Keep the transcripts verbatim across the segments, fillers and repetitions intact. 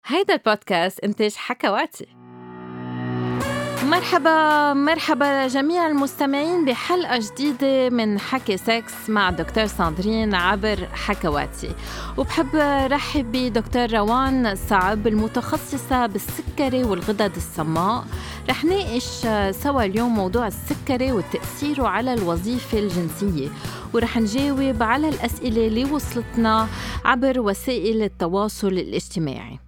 هيدا البودكاست إنتاج حكواتي. مرحبا مرحبا لجميع المستمعين بحلقة جديدة من حكي سكس مع دكتور ساندرين عبر حكواتي. وبحب رحب بدكتور روان صعب المتخصصة بالسكري والغدد الصماء. رح ناقش سوا اليوم موضوع السكري وتأثيره على الوظيفة الجنسية، ورح نجاوب على الأسئلة اللي وصلتنا عبر وسائل التواصل الاجتماعي.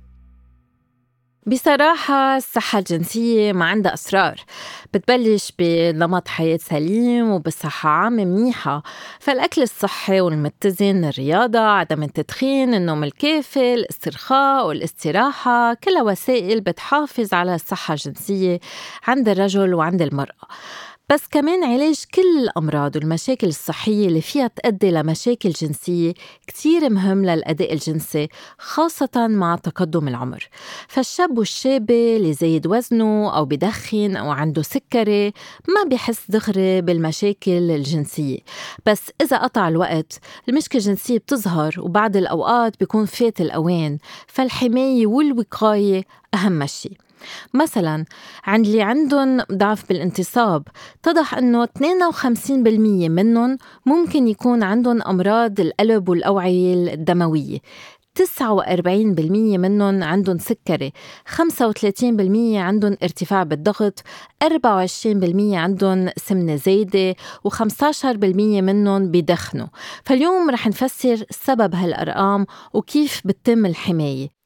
بصراحة الصحة الجنسية ما عندها أسرار، بتبلش بنمط حياة سليم وبصحة عامة منيحة. فالأكل الصحي والمتزن، الرياضة، عدم التدخين، النوم الكافي، الاسترخاء والاستراحة، كلها وسائل بتحافظ على الصحة الجنسية عند الرجل وعند المرأة. بس كمان علاج كل الأمراض والمشاكل الصحية اللي فيها تؤدي لمشاكل جنسية كتير مهم للأداء الجنسي، خاصة مع تقدم العمر. فالشاب والشابة اللي زايد وزنه أو بدخن أو عنده سكري ما بيحس دغري بالمشاكل الجنسية، بس إذا قطع الوقت المشكلة الجنسية بتظهر، وبعد الأوقات بيكون فات الأوان. فالحماية والوقاية أهم شيء. مثلا عند اللي عندهم ضعف بالانتصاب، اتضح أنه اثنين وخمسين بالمية منهم ممكن يكون عندهم أمراض القلب والأوعية الدموية، تسعة وأربعين بالمية منهم عندهم سكري، خمسة وثلاثين بالمية عندهم ارتفاع بالضغط، أربعة وعشرين بالمية عندهم سمنة زايدة، وخمسة عشر بالمية منهم بيدخنوا. فاليوم رح نفسر سبب هالأرقام وكيف بتتم الحماية.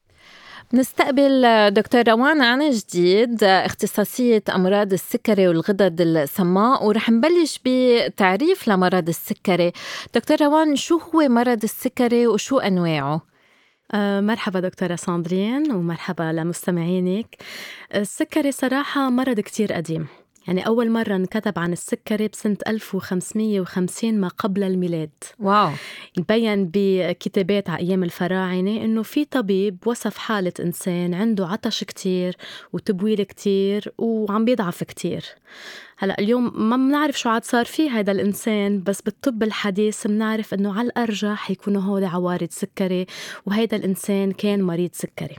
نستقبل دكتور روان عن جديد، اختصاصية أمراض السكري والغدد الصماء، ورح نبلش بتعريف لمرض السكري. دكتور روان، شو هو مرض السكري وشو أنواعه؟ أه مرحبا دكتورة ساندرين، ومرحبا لمستمعينك. السكري صراحة مرض كتير قديم، يعني أول مرة انكتب عن السكري بسنة ألف وخمسمية وخمسين ما قبل الميلاد. واو. يبين بكتابات على أيام الفراعنة إنه في طبيب وصف حالة إنسان عنده عطش كتير وتبويل كتير وعم بيضعف كتير. هلأ اليوم ما بنعرف شو عاد صار فيه هيدا الإنسان، بس بالطب الحديث بنعرف إنه على الأرجح يكونوا هول عوارض سكري، وهيدا الإنسان كان مريض سكري.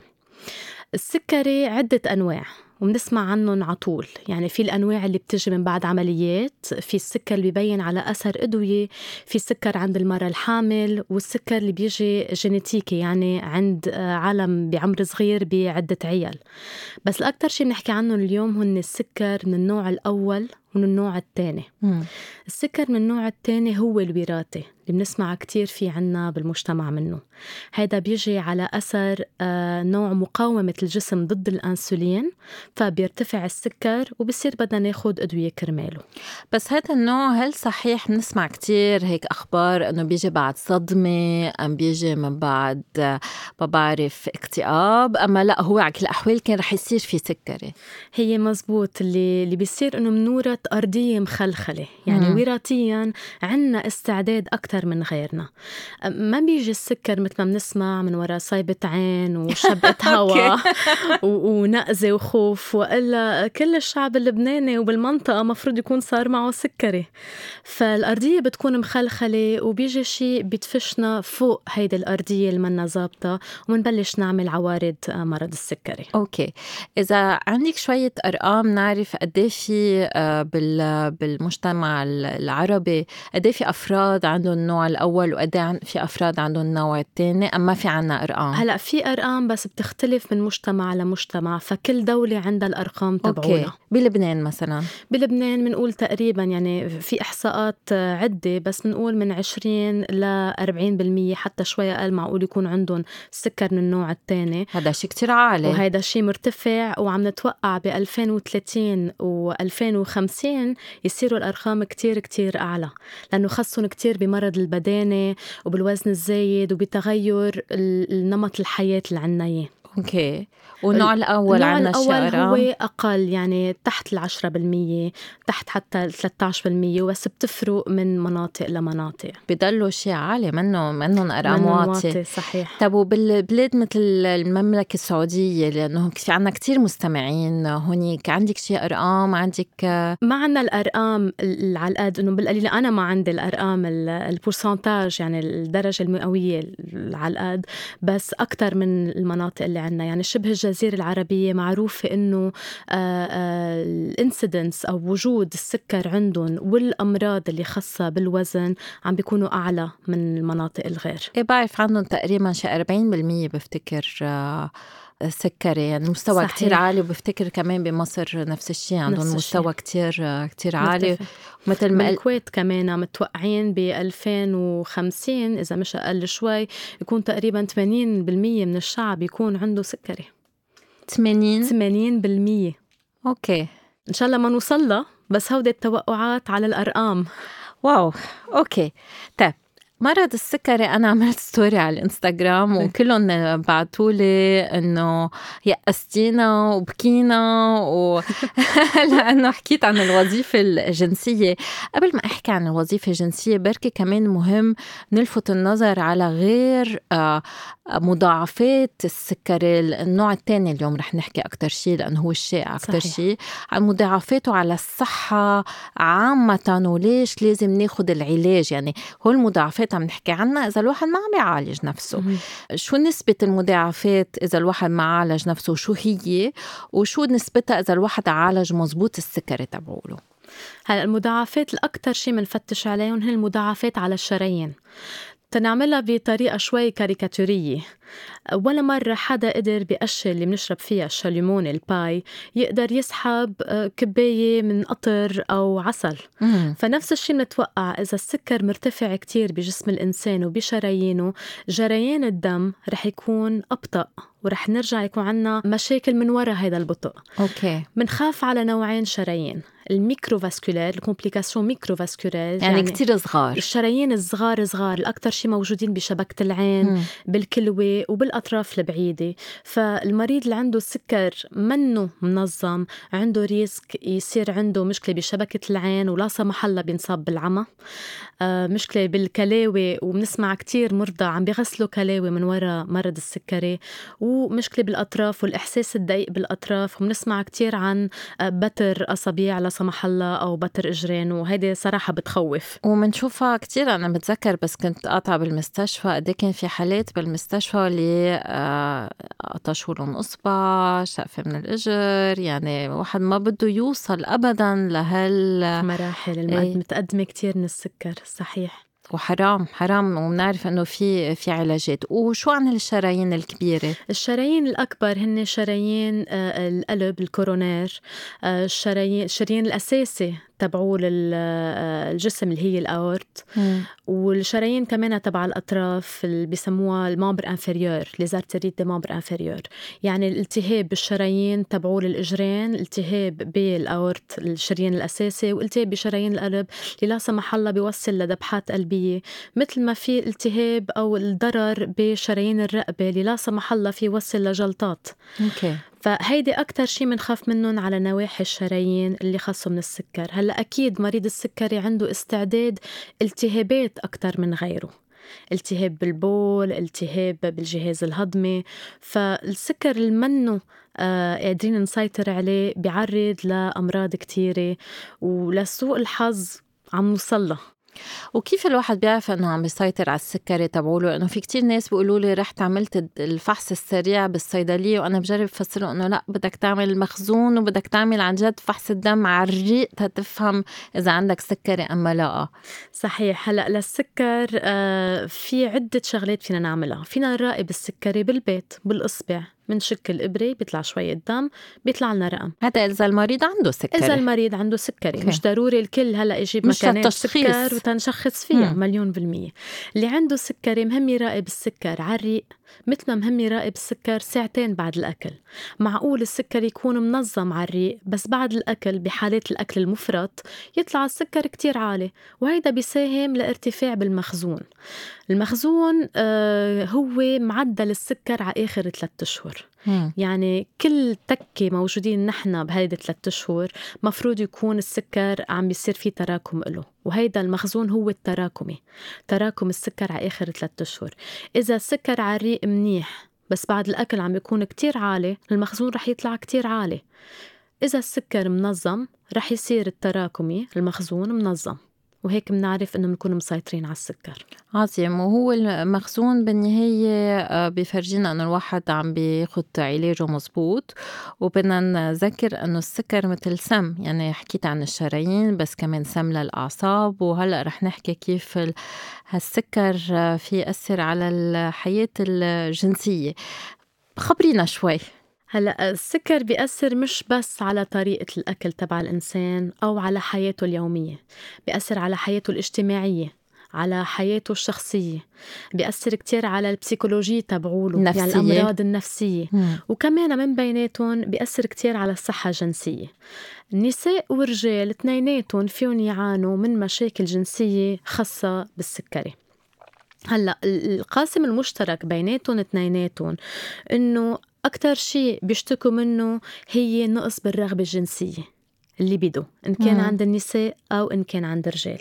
السكري عدة أنواع وبنسمع عنهم عطول، يعني في الأنواع اللي بتجي من بعد عمليات، في السكر اللي بيبين على أثر أدوية، في السكر عند المرأة الحامل، والسكر اللي بيجي جينيتيكي يعني عند عالم بعمر صغير بعدة عيال. بس الأكثر شيء بنحكي عنه اليوم هن السكر من النوع الأول ومن النوع الثاني. السكر من النوع الثاني هو الوراثي اللي بنسمع كتير في عنا بالمجتمع منه. هذا بيجي على أثر آه نوع مقاومة الجسم ضد الأنسولين، فبيرتفع السكر وبصير بدنا ناخد أدوية كرماله. بس هذا النوع هل صحيح؟ بنسمع كتير هيك أخبار أنه بيجي بعد صدمة، أم بيجي من بعد ما بعرف اكتئاب، أما لا هو على كل الأحوال كان رح يصير في سكري. هي مزبوط، اللي, اللي بيصير أنه منورة أرضية مخلخلة، يعني وراثيا عنا استعداد أكتر من غيرنا. ما بيجي السكر مثل ما بنسمع من وراء صيبة عين وشبقة هوا ونقزة وخوف، وإلا كل الشعب اللبناني وبالمنطقة مفروض يكون صار معه سكري. فالأرضية بتكون مخلخلة وبيجي شيء بيدفشنا فوق هيدا الأرضية اللي منا زابطة، ومنبلش نعمل عوارض مرض السكري. أوكي، إذا عندك شوية أرقام نعرف قديه في بالمجتمع العربي، قديه في أفراد عندهم النوع الأول وقديه في أفراد عندهم النوع الثاني، أما في عنا أرقام؟ هلأ في أرقام بس بتختلف من مجتمع لمجتمع، فكل دولة عندها الأرقام تبعونا. بلبنان مثلا، بلبنان منقول تقريبا يعني في إحصاءات عدة، بس منقول من عشرين لأربعين بالمية، حتى شوية أقل معقول يكون عندهم سكر من النوع الثاني. هذا شيء كتير عالي، وهذا شيء مرتفع، وعم نتوقع ب ألفين وثلاثين و ألفين وخمسين يصيروا الأرقام كتير كتير أعلى، لأنه خصهم كتير بمرض البدانة وبالوزن الزايد وبتغير النمط الحياة اللي عنا. أوكي. والنوع الأول عنا الأول هو أقل، يعني تحت العشرة بالمية، تحت حتى ثلاثة عشر بالمية، بس بتفرق من مناطق لمناطق. بيضلوا شيء عالي منه منهم أرقام واطية. صحيح. طب وبالبلاد مثل المملكة السعودية، لأنه في عنا كتير مستمعين هونيك، عندك شيء أرقام؟ عندك؟ ما عنا الأرقام على القد، إنه بالقليل أنا ما عندي الأرقام البورسنتاج، يعني الدرجة المئوية على القد، بس أكتر من المناطق اللي عنا. يعني شبه الجزيرة العربية معروفة إنه الانسيدنس أو وجود السكر عندهم والأمراض اللي خاصة بالوزن عم بيكونوا أعلى من المناطق الغير. إيه بعرف عنهم تقريبا شي أربعين بالمية بفتكر آه سكري، يعني مستوى صحيح. كتير عالي. وبفتكر كمان بمصر نفس الشيء عندهم مستوى كتير كتير عالي. مثل ما بالكويت كمان متوقعين ب ألفين وخمسين إذا مش أقل شوي يكون تقريبا ثمانين بالمية من الشعب يكون عنده سكري. ثمانين بالمية أوكي، إن شاء الله ما نوصل له، بس هودي التوقعات على الأرقام. واو أوكي. طيب مرض السكري أنا عملت ستوري على الإنستغرام وكلهم بعتولي إنه يأستينا وبكينا و... لأنه حكيت عن الوظيفة الجنسية. قبل ما أحكي عن الوظيفة الجنسية بركي كمان مهم نلفت النظر على غير مضاعفات السكري النوع الثاني. اليوم رح نحكي أكتر شيء لأنه هو الشائع أكتر شيء عن مضاعفاته على الصحة عامة وليش لازم ناخد العلاج. يعني هو المضاعفات عم نحكي عنها إذا الواحد ما عم يعالج نفسه. م- شو نسبة المضاعفات إذا الواحد ما عالج نفسه شو هي، وشو نسبتها إذا الواحد عالج مزبوط السكري تبعوله. هلا المضاعفات الأكتر شيء منفتش عليهم هي المضاعفات على الشرايين. تنعملها بطريقة شوي كاريكاتورية. ولا مرة حدا قدر بقشة اللي بنشرب فيها الشاليمون الباي يقدر يسحب كباية من قطر أو عسل. مم. فنفس الشيء بنتوقع إذا السكر مرتفع كتير بجسم الإنسان وبشرايينه، جريان الدم رح يكون أبطأ ورح نرجع يكون عنا مشاكل من وراء هذا البطء. أوكي. منخاف على نوعين شرايين، الميكروفاسكولار، الكومبليكاسيون ميكروفاسكولار يعني, يعني كتير صغار. الشرايين الصغار صغار الأكتر شيء موجودين بشبكة العين م. بالكلوة وبالأطراف البعيدة. فالمريض اللي عنده السكر منه منظم عنده ريسك يصير عنده مشكلة بشبكة العين ولا سمح الله بينصاب بالعمى، آه مشكلة بالكلاوي، وبنسمع كتير مرضى عم بيغسلوا كلاوي من وراء مرض السكري، ومشكلة بالأطراف والإحساس الضيق بالأطراف، وبنسمع كتير عن بتر أصابيع لا سمح الله أو بتر إجرين، وهيدي صراحة بتخوف ومنشوفها كتير. أنا بتذكر بس كنت قاطعة بالمستشفى قد كان في حالات بالمستشفى اللي قطشوا لهم إصبع، شقفة من الإجر. يعني واحد ما بده يوصل أبدا لهالمراحل المتقدمة كتير من السكر. صحيح، وحرام حرام. وبنعرف انه في في علاجات. وشو عن الشرايين الكبيره؟ الشرايين الاكبر هن شرايين القلب الكورونير، الشرايين الشريان الاساسي تبعول الجسم اللي هي الأورت، والشرايين كمان تبع الأطراف اللي بيسموها المامبر انفيريور، ليزارتريت دي مامبر انفيريور. يعني الالتهاب بالشرايين تبعول الإجرين، التهاب بالأورت الشريان الأساسي، والتهاب بشرايين القلب اللي لا سمح الله بيوصل لذبحات قلبية، مثل ما في التهاب أو الضرر بشرايين الرقبة اللي لا سمح الله في يوصل لجلطات. اوكي. فهيدي أكتر شيء منخاف منهم على نواحي الشرايين اللي خاصوا من السكر. هلأ أكيد مريض السكري عنده استعداد التهابات أكتر من غيره، التهاب بالبول، التهاب بالجهاز الهضمي. فالسكر المنه آه قادرين نسيطر عليه بيعرض لأمراض كتيرة ولسوء الحظ عم نوصله. وكيف الواحد بيعرف انه عم يسيطر على السكري تبعوله؟ انه في كتير ناس بيقولوا لي رحت عملت الفحص السريع بالصيدليه، وانا بجرب افسره انه لا، بدك تعمل مخزون وبدك تعمل عن جد فحص الدم على الريق تتفهم اذا عندك سكري ام لا. صحيح. هلا للسكر آه في عده شغلات فينا نعملها. فينا نراقب السكري بالبيت بالاصبع، من شك الإبرة بيطلع شوية دم بيطلع لنا رقم. هذا إذا المريض عنده سكري. إذا المريض عنده سكري. okay. مش ضروري الكل هلأ يجيب مكانين سكر وتنشخص فيها. مم. مليون بالمية. اللي عنده سكري مهم يراقب السكر على الريق مثل ما مهم يراقب السكر ساعتين بعد الأكل. معقول السكر يكون منظم على الريق بس بعد الأكل بحالات الأكل المفرط يطلع السكر كتير عالي، وهيدا بيساهم لارتفاع بالمخزون. المخزون آه هو معدل السكر على آخر ثلاثة أشهر. مم. يعني كل تكة موجودين نحن بهيدا ثلاثة أشهر مفروض يكون السكر عم بيصير فيه تراكم له، وهيدا المخزون هو التراكمي، تراكم السكر على آخر ثلاثة أشهر. إذا السكر على الريق منيح بس بعد الأكل عم بيكون كتير عالي، المخزون رح يطلع كتير عالي. إذا السكر منظم رح يصير التراكمي المخزون منظم. وهيك بنعرف إنه بنكون مسيطرين على السكر. عظيم. وهو المخزون بالنهاية آه، بيفرجينا أنه الواحد عم بياخد علاجه مزبوط. وبدنا نذكر أنه السكر مثل سم، يعني حكيت عن الشرايين بس كمان سم للأعصاب، وهلأ رح نحكي كيف ال- هالسكر آه، في يأثر على الحياة الجنسية. خبرينا شوي. هلا السكر بيأثر مش بس على طريقة الأكل تبع الإنسان أو على حياته اليومية، بيأثر على حياته الاجتماعية، على حياته الشخصية، بيأثر كتير على البسيكولوجية تبعوله، يعني النفسية. الأمراض النفسية. مم. وكمان من بيناتهم بيأثر كتير على الصحة الجنسية. النساء والرجال اثنيناتهم فيهم يعانوا من مشاكل جنسية خاصة بالسكري. هلا القاسم المشترك بيناتهم اثنيناتهم إنه أكتر شيء بيشتكوا منه هي نقص بالرغبة الجنسية اللي بيدو، إن كان مم. عند النساء أو إن كان عند الرجال.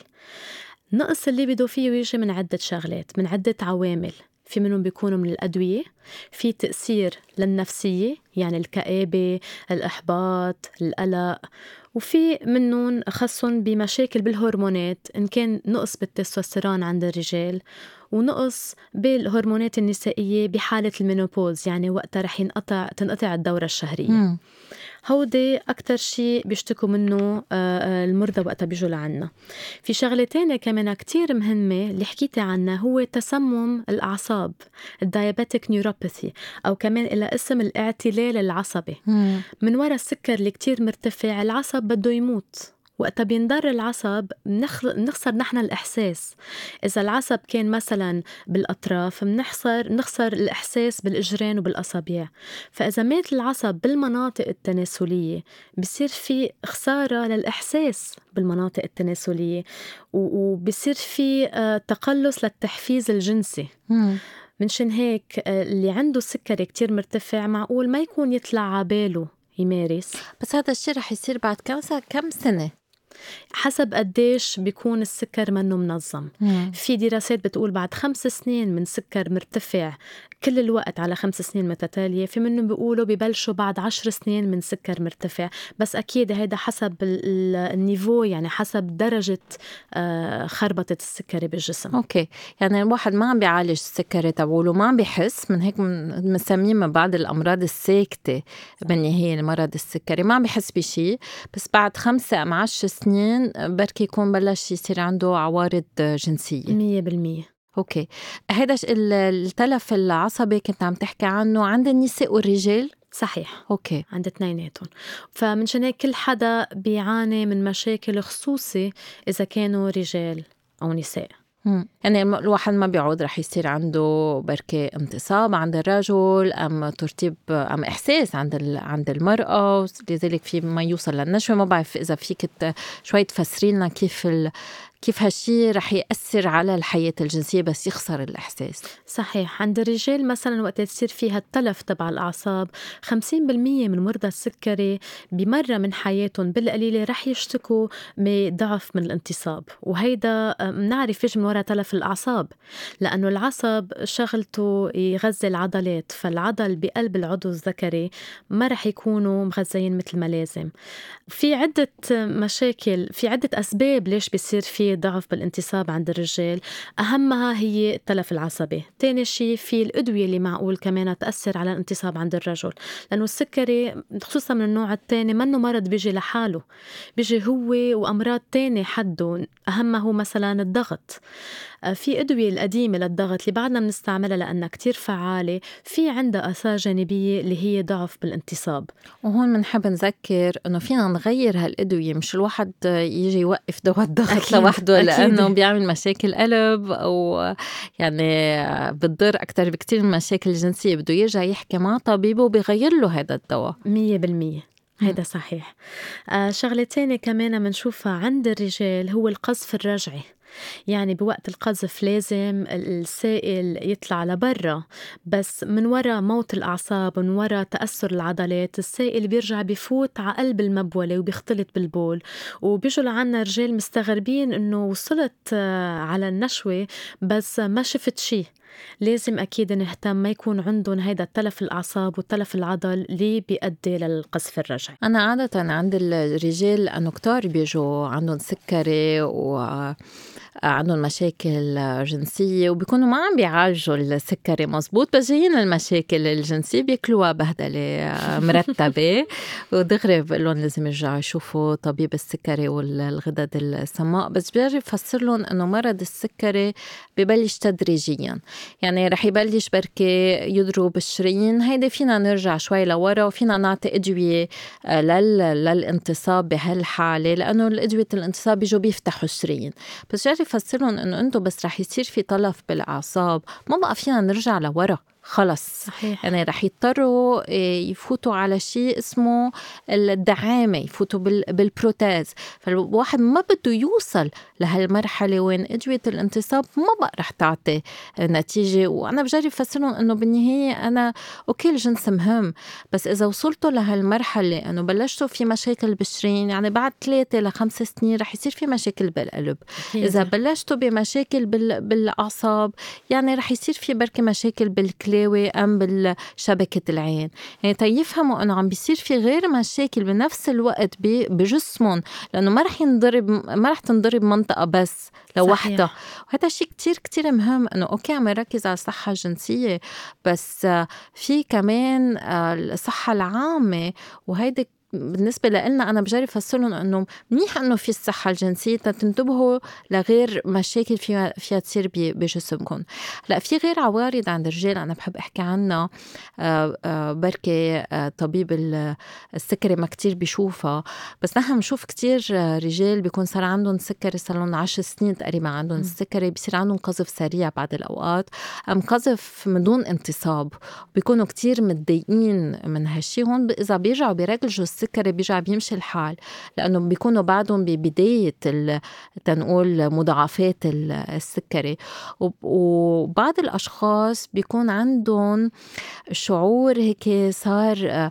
نقص اللي بيدو فيه يجي من عدة شغلات، من عدة عوامل. في منهم بيكونوا من الأدوية، في تأثير للنفسية يعني الكآبة، الإحباط، القلق، وفي منهم خصهم بمشاكل بالهرمونات، إن كان نقص بالتستوستيرون عند الرجال ونقص بالهرمونات النسائية بحالة المينوبوز، يعني وقتها رح ينقطع تنقطع الدورة الشهرية. مم. هودي أكتر شيء بيشتكوا منه المرضى وقتها بيجوا لعنا. في شغلة تانية كمان كتير مهمة اللي حكيتي عنها، هو تسمم الأعصاب، الدايابيتك نيوروباثي، أو كمان إلى اسم الاعتلال العصبي. مم. من وراء السكر اللي كتير مرتفع العصب بده يموت. وقتها بينضر العصب بنخسر نحن الإحساس. إذا العصب كان مثلا بالأطراف بنخسر نخسر الإحساس بالإجرين وبالأصابع. فإذا مات العصب بالمناطق التناسلية بصير في خسارة للإحساس بالمناطق التناسلية، وبصير في تقلص للتحفيز الجنسي. مم. منشان هيك اللي عنده السكري كتير مرتفع معقول ما يكون يطلع عباله يمارس. بس هذا الشيء رح يصير بعد كم سنة كم سنة؟ حسب قديش بيكون السكر منه منظم. مم. في دراسات بتقول بعد خمس سنين من سكر مرتفع كل الوقت على خمس سنين متتالية، في منهم بيقولوا ببلشوا بعد عشر سنين من سكر مرتفع. بس أكيد هيدا حسب النيفو، يعني حسب درجة خربطة السكري بالجسم. أوكي، يعني الواحد ما عم بيعالج السكري تبعوله، ما عم بيحس، من هيك مسميه من بعض الأمراض الساكتة بالنهاية المرض السكري، ما عم بيحس بشي. بس بعد خمسة أم عشر سنين بركي يكون بلش يصير عنده عوارض جنسية. مية بالمية. أوكي، هيدا التلف العصبي كنت عم تحكي عنه عند النساء والرجال؟ صحيح. أوكي. عند اثنيناتهم. فمنشان هيك كل حدا بيعاني من مشاكل خصوصي إذا كانوا رجال أو نساء. مم. يعني الواحد ما بيعود رح يصير عنده بركة انتصاب عند الرجل أم ترتيب أم إحساس عند عند المرأة، لذلك في ما يوصل للنشوة. ما بعرف إذا فيك شوي تفسرينا كيف ال... كيف هالشي رح يأثر على الحياة الجنسية بس يخسر الإحساس. صحيح. عند الرجال مثلا وقت يصير فيها التلف تبع الأعصاب، خمسين بالمية من مرضى السكري بمرة من حياتهم بالقليلة رح يشتكوا بضعف من الانتصاب. وهيدا منعرف يجي من وراء تلف الأعصاب، لأنه العصب شغلته يغذي العضلات، فالعضل بقلب العضو الذكري ما رح يكونوا مغذيين مثل ما لازم. في عدة مشاكل، في عدة أسباب ليش بيصير في ضعف بالانتصاب عند الرجال، أهمها هي التلف العصبي. تاني شيء في الأدوية اللي معقول كمان تأثر على الانتصاب عند الرجل، لأنه السكري خصوصا من النوع الثاني منه مرض بيجي لحاله، بيجي هو وأمراض تانية حده، أهمها هو مثلا الضغط. في أدوية القديمة للضغط اللي بعدنا بنستعملها لأنها كتير فعالة، في عندها آثار جانبية اللي هي ضعف بالانتصاب. وهون منحب نذكر إنه فينا نغير هالأدوية، مش الواحد يجي يوقف دواء الضغط لوحده، لأنه بيعمل مشاكل قلب أو يعني بتضر أكتر بكتير من مشاكل الجنسية. بده يرجع يحكي مع طبيبه وبيغير له هذا الدواء. مية بالمية. هيدا صحيح. آه شغلة تانية كمان منشوفها عند الرجال هو القذف الرجعي. يعني بوقت القذف لازم السائل يطلع لبرا، بس من وراء موت الأعصاب، من وراء تأثر العضلات، السائل بيرجع بيفوت على قلب المبولة وبيختلط بالبول. وبيجوا لعنا رجال مستغربين إنه وصلت آه، على النشوة بس ما شفت شي. لازم أكيد نهتم ما يكون عندهم هيدا التلف الأعصاب والتلف العضل اللي بيؤدي للقذف الرجعي. أنا عادة عند الرجال لأنه كتار بيجوا عندهم سكري وعندهم مشاكل جنسية وبيكونوا ما عم بيعالجوا السكري مزبوط، بس جايين المشاكل الجنسية بياكلوها بهدلة مرتبة ودغري بقول لهم لازم يرجعوا يشوفوا طبيب السكري والغدد السماء. بس بيجي يفسر لهم إنه مرض السكري ببلش تدريجيا، يعني رح يبلش بركي يضرب الشرايين، هيدا فينا نرجع شوي لورا وفينا نعطي أدوية لل... للانتصاب بهالحالة، لأنه الأدوية الانتصاب بيجوا بيفتحوا الشرايين. بس جاري يفسرون إنه أنتو بس رح يصير في تلف بالأعصاب ما بقى فينا نرجع لورا خلص. صحيح. يعني رح يضطروا يفوتوا على شيء اسمه الدعامة، يفوتوا بالبروتاز. فالواحد ما بده يوصل لهالمرحلة وين أدوية الانتصاب ما بقى رح تعطي نتيجة. وأنا بجرب فسرهم أنه بالنهاية أنا أوكي الجنس مهم، بس إذا وصلتوا لهالمرحلة أنه بلشتوا في مشاكل بالشرايين، يعني بعد ثلاثة لخمس سنين رح يصير في مشاكل بالقلب. إذا بلشتوا بمشاكل بالأعصاب يعني رح يصير في بركة مشاكل بالكلى أم بالشبكة العين. يعني تيفهموا أنه عم بيصير في غير مشاكل بنفس الوقت بجسمهم، لأنه ما رح ينضرب ما رح تنضرب منطقة بس لوحدها. وهذا شيء كتير كتير مهم، أنه أوكي عم نركز على الصحة الجنسية بس في كمان الصحة العامة. وهيدا بالنسبة لنا أنا بجرب فسرهم أنه منيح أنه في الصحة الجنسية تنتبهوا لغير مشاكل فيها فيها تصير بجسمكم. لا في غير عوارض عند الرجال أنا بحب أحكي عنها. بركة طبيب السكري ما كتير بيشوفها، بس نحن بنشوف كتير رجال بيكون صار عندهم سكري صار لهم عشر سنين تقريبا عندهم السكري، بيصير عندهم قذف سريع بعض الأوقات أم قذف من دون انتصاب، بيكونوا كتير متضايقين من هالشي. هون إذا بيرجعوا بيرجعوا السكري بيرجع بيمشي الحال، لأنه بيكونوا بعدهم ببداية تنقول مضاعفات السكري. وبعض الأشخاص بيكون عندهم شعور هيك صار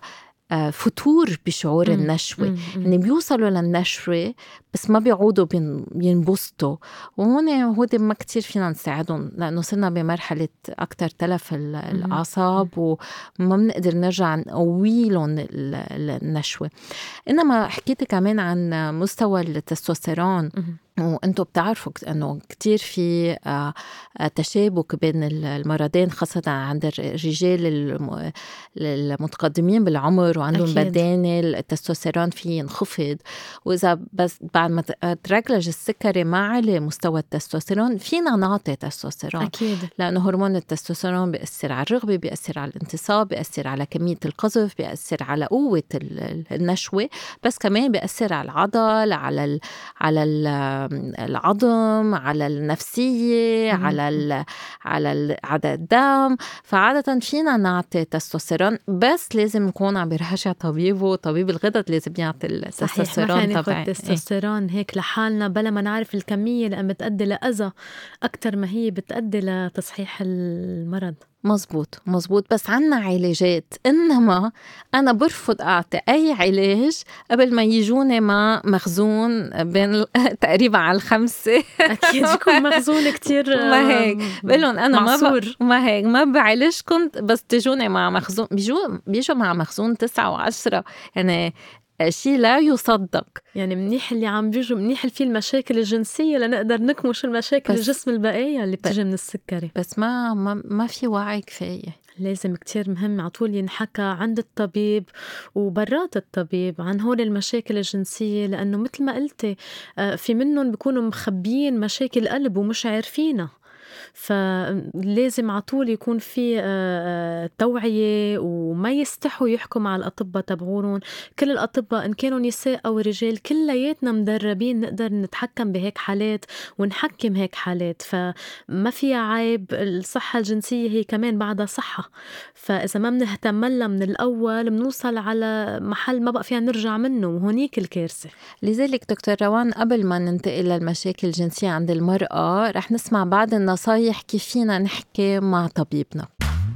فتور بشعور النشوة، يعني بيوصلوا للنشوة بس ما بيعودوا بينبسطوا. وهون هودي ما كتير فينا نساعدهم لأنه صرنا بمرحلة أكتر تلف الأعصاب وما بنقدر نرجع نقوي لهم النشوة. إنما حكيت كمان عن مستوى التستوستيرون، وأنتوا بتعرفوا أنه كتير في تشابك بين المرضين خاصة عند الرجال المتقدمين بالعمر وعندهم بدانة التستوستيرون فيه ينخفض. وإذا بس بعد ما ترجلج السكري ما على مستوى التستوستيرون فينا نعطي تستوستيرون أكيد، لأنه هرمون التستوستيرون بيأثر على الرغبة، بيأثر على الانتصاب، بيأثر على كمية القذف، بيأثر على قوة النشوة، بس كمان بيأثر على العضل، على ال على ال العظم، على النفسية، مم. على ال على ال على الدم. فعادة فينا نعطي تستوستيرون بس لازم نكون عم بيرجع طبيبه، طبيب الغدد لازم يعطي التستوستيرون تبعي. التستوستيرون هيك لحالنا بلا ما نعرف الكمية لأن بتأدي لأذى أكتر ما هي بتأدي لتصحيح المرض. مزبوط مزبوط، بس عنا علاجات. إنما أنا برفض أعطي أي علاج قبل ما يجوني مع مخزون بين تقريبا على الخمسة. أكيد يكون مخزون كتير ما هيك بقولن أنا ما, ما هيك ما بعالجكم بس تجوني مع مخزون، بيجوا بيجوا مع مخزون تسعة وعشرة، يعني شيء لا يصدق. يعني منيح اللي عم بيجوا منيح في المشاكل الجنسية لنقدر نكمش المشاكل الجسم البقية اللي بتجي من السكري، بس ما ما, ما في وعي كفاية. لازم كتير مهم عطول ينحكى عند الطبيب وبرات الطبيب عن هول المشاكل الجنسية، لأنه مثل ما قلتي في منهم بيكونوا مخبيين مشاكل قلب ومش عارفينها. فلازم على طول يكون في توعية، وما يستحوا يحكوا مع الأطباء تبعونهم. كل الأطباء إن كانوا نساء أو رجال كلياتنا مدربين نقدر نتحكم بهيك حالات ونحكم هيك حالات، فما فيها عيب. الصحة الجنسية هي كمان بعدها صحة، فإذا ما بنهتم لها من الأول بنوصل على محل ما بقى فيها نرجع منه، وهونيك الكارثة. لذلك دكتور روان، قبل ما ننتقل للمشاكل الجنسية عند المرأة، رح نسمع بعض النصايح كيف فينا نحكي مع طبيبنا.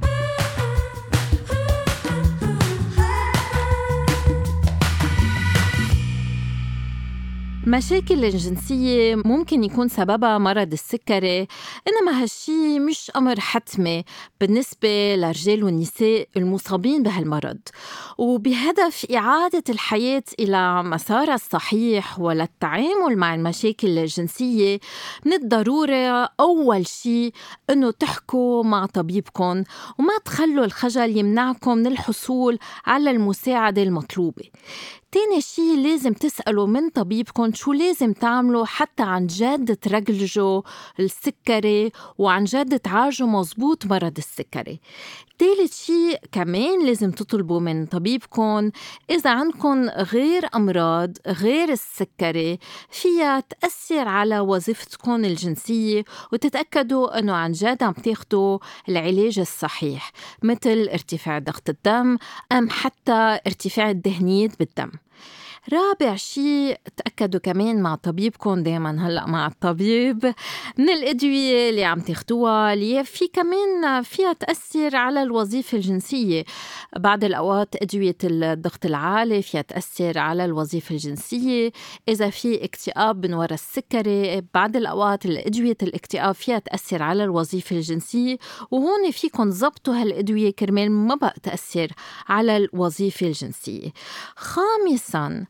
مشاكل الجنسية ممكن يكون سببها مرض السكري، إنما هالشي مش أمر حتمي بالنسبة للرجال والنساء المصابين بهالمرض. وبهدف إعادة الحياة إلى مسارها الصحيح وللتعامل مع المشاكل الجنسية، من الضرورة أول شي إنه تحكوا مع طبيبكم وما تخلوا الخجل يمنعكم من الحصول على المساعدة المطلوبة. تاني شي لازم تسألوا من طبيبكم شو لازم تعملوا حتى عن جد ترجلجوا السكري وعن جد تعالجوا مزبوط مرض السكري. تالت شي كمان لازم تطلبوا من طبيبكم إذا عندكم غير أمراض غير السكري فيها تأثر على وظيفتكم الجنسية، وتتأكدوا أنه عن جد عم تاخدوا العلاج الصحيح، مثل ارتفاع ضغط الدم أم حتى ارتفاع الدهنيات بالدم. رابع شيء تأكدوا كمان مع طبيبكم، دايما هلأ مع الطبيب، من الأدوية اللي عم تاخدوها اللي في كمان فيها تأثر على الوظيفة الجنسية. بعض الأوقات أدوية الضغط العالي فيها تأثر على الوظيفة الجنسية. إذا في اكتئاب من وراء السكري، بعض الأوقات أدوية الاكتئاب فيها تأثر على الوظيفة الجنسية، وهون فيكم ضبطوا هالأدوية كرمال ما بقى تأثر على الوظيفة الجنسية. خامساً،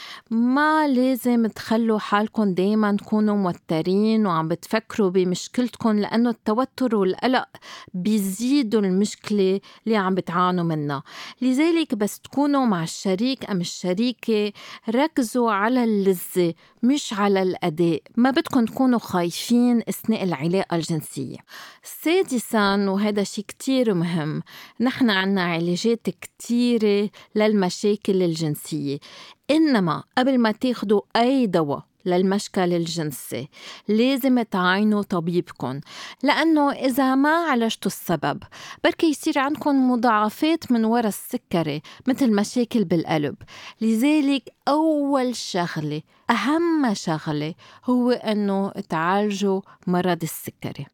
ما لازم تخلوا حالكم دايما تكونوا موترين وعم بتفكروا بمشكلتكم، لأنه التوتر والقلق بيزيدوا المشكلة اللي عم بتعانوا منها. لذلك بس تكونوا مع الشريك أم الشريكة ركزوا على اللذة مش على الأداء، ما بدكم تكونوا خايفين أثناء العلاقة الجنسية. سادساً، وهذا شيء كتير مهم، نحن عنا علاجات كتيرة للمشاكل الجنسية، إنما قبل ما تاخدوا أي دواء للمشكل الجنسي لازم تعاينوا طبيبكم، لأنه إذا ما عالجتوا السبب بركي يصير عندكم مضاعفات من وراء السكري مثل مشاكل بالقلب. لذلك أول شغلة، أهم شغلة، هو أنه تعالجوا مرض السكري.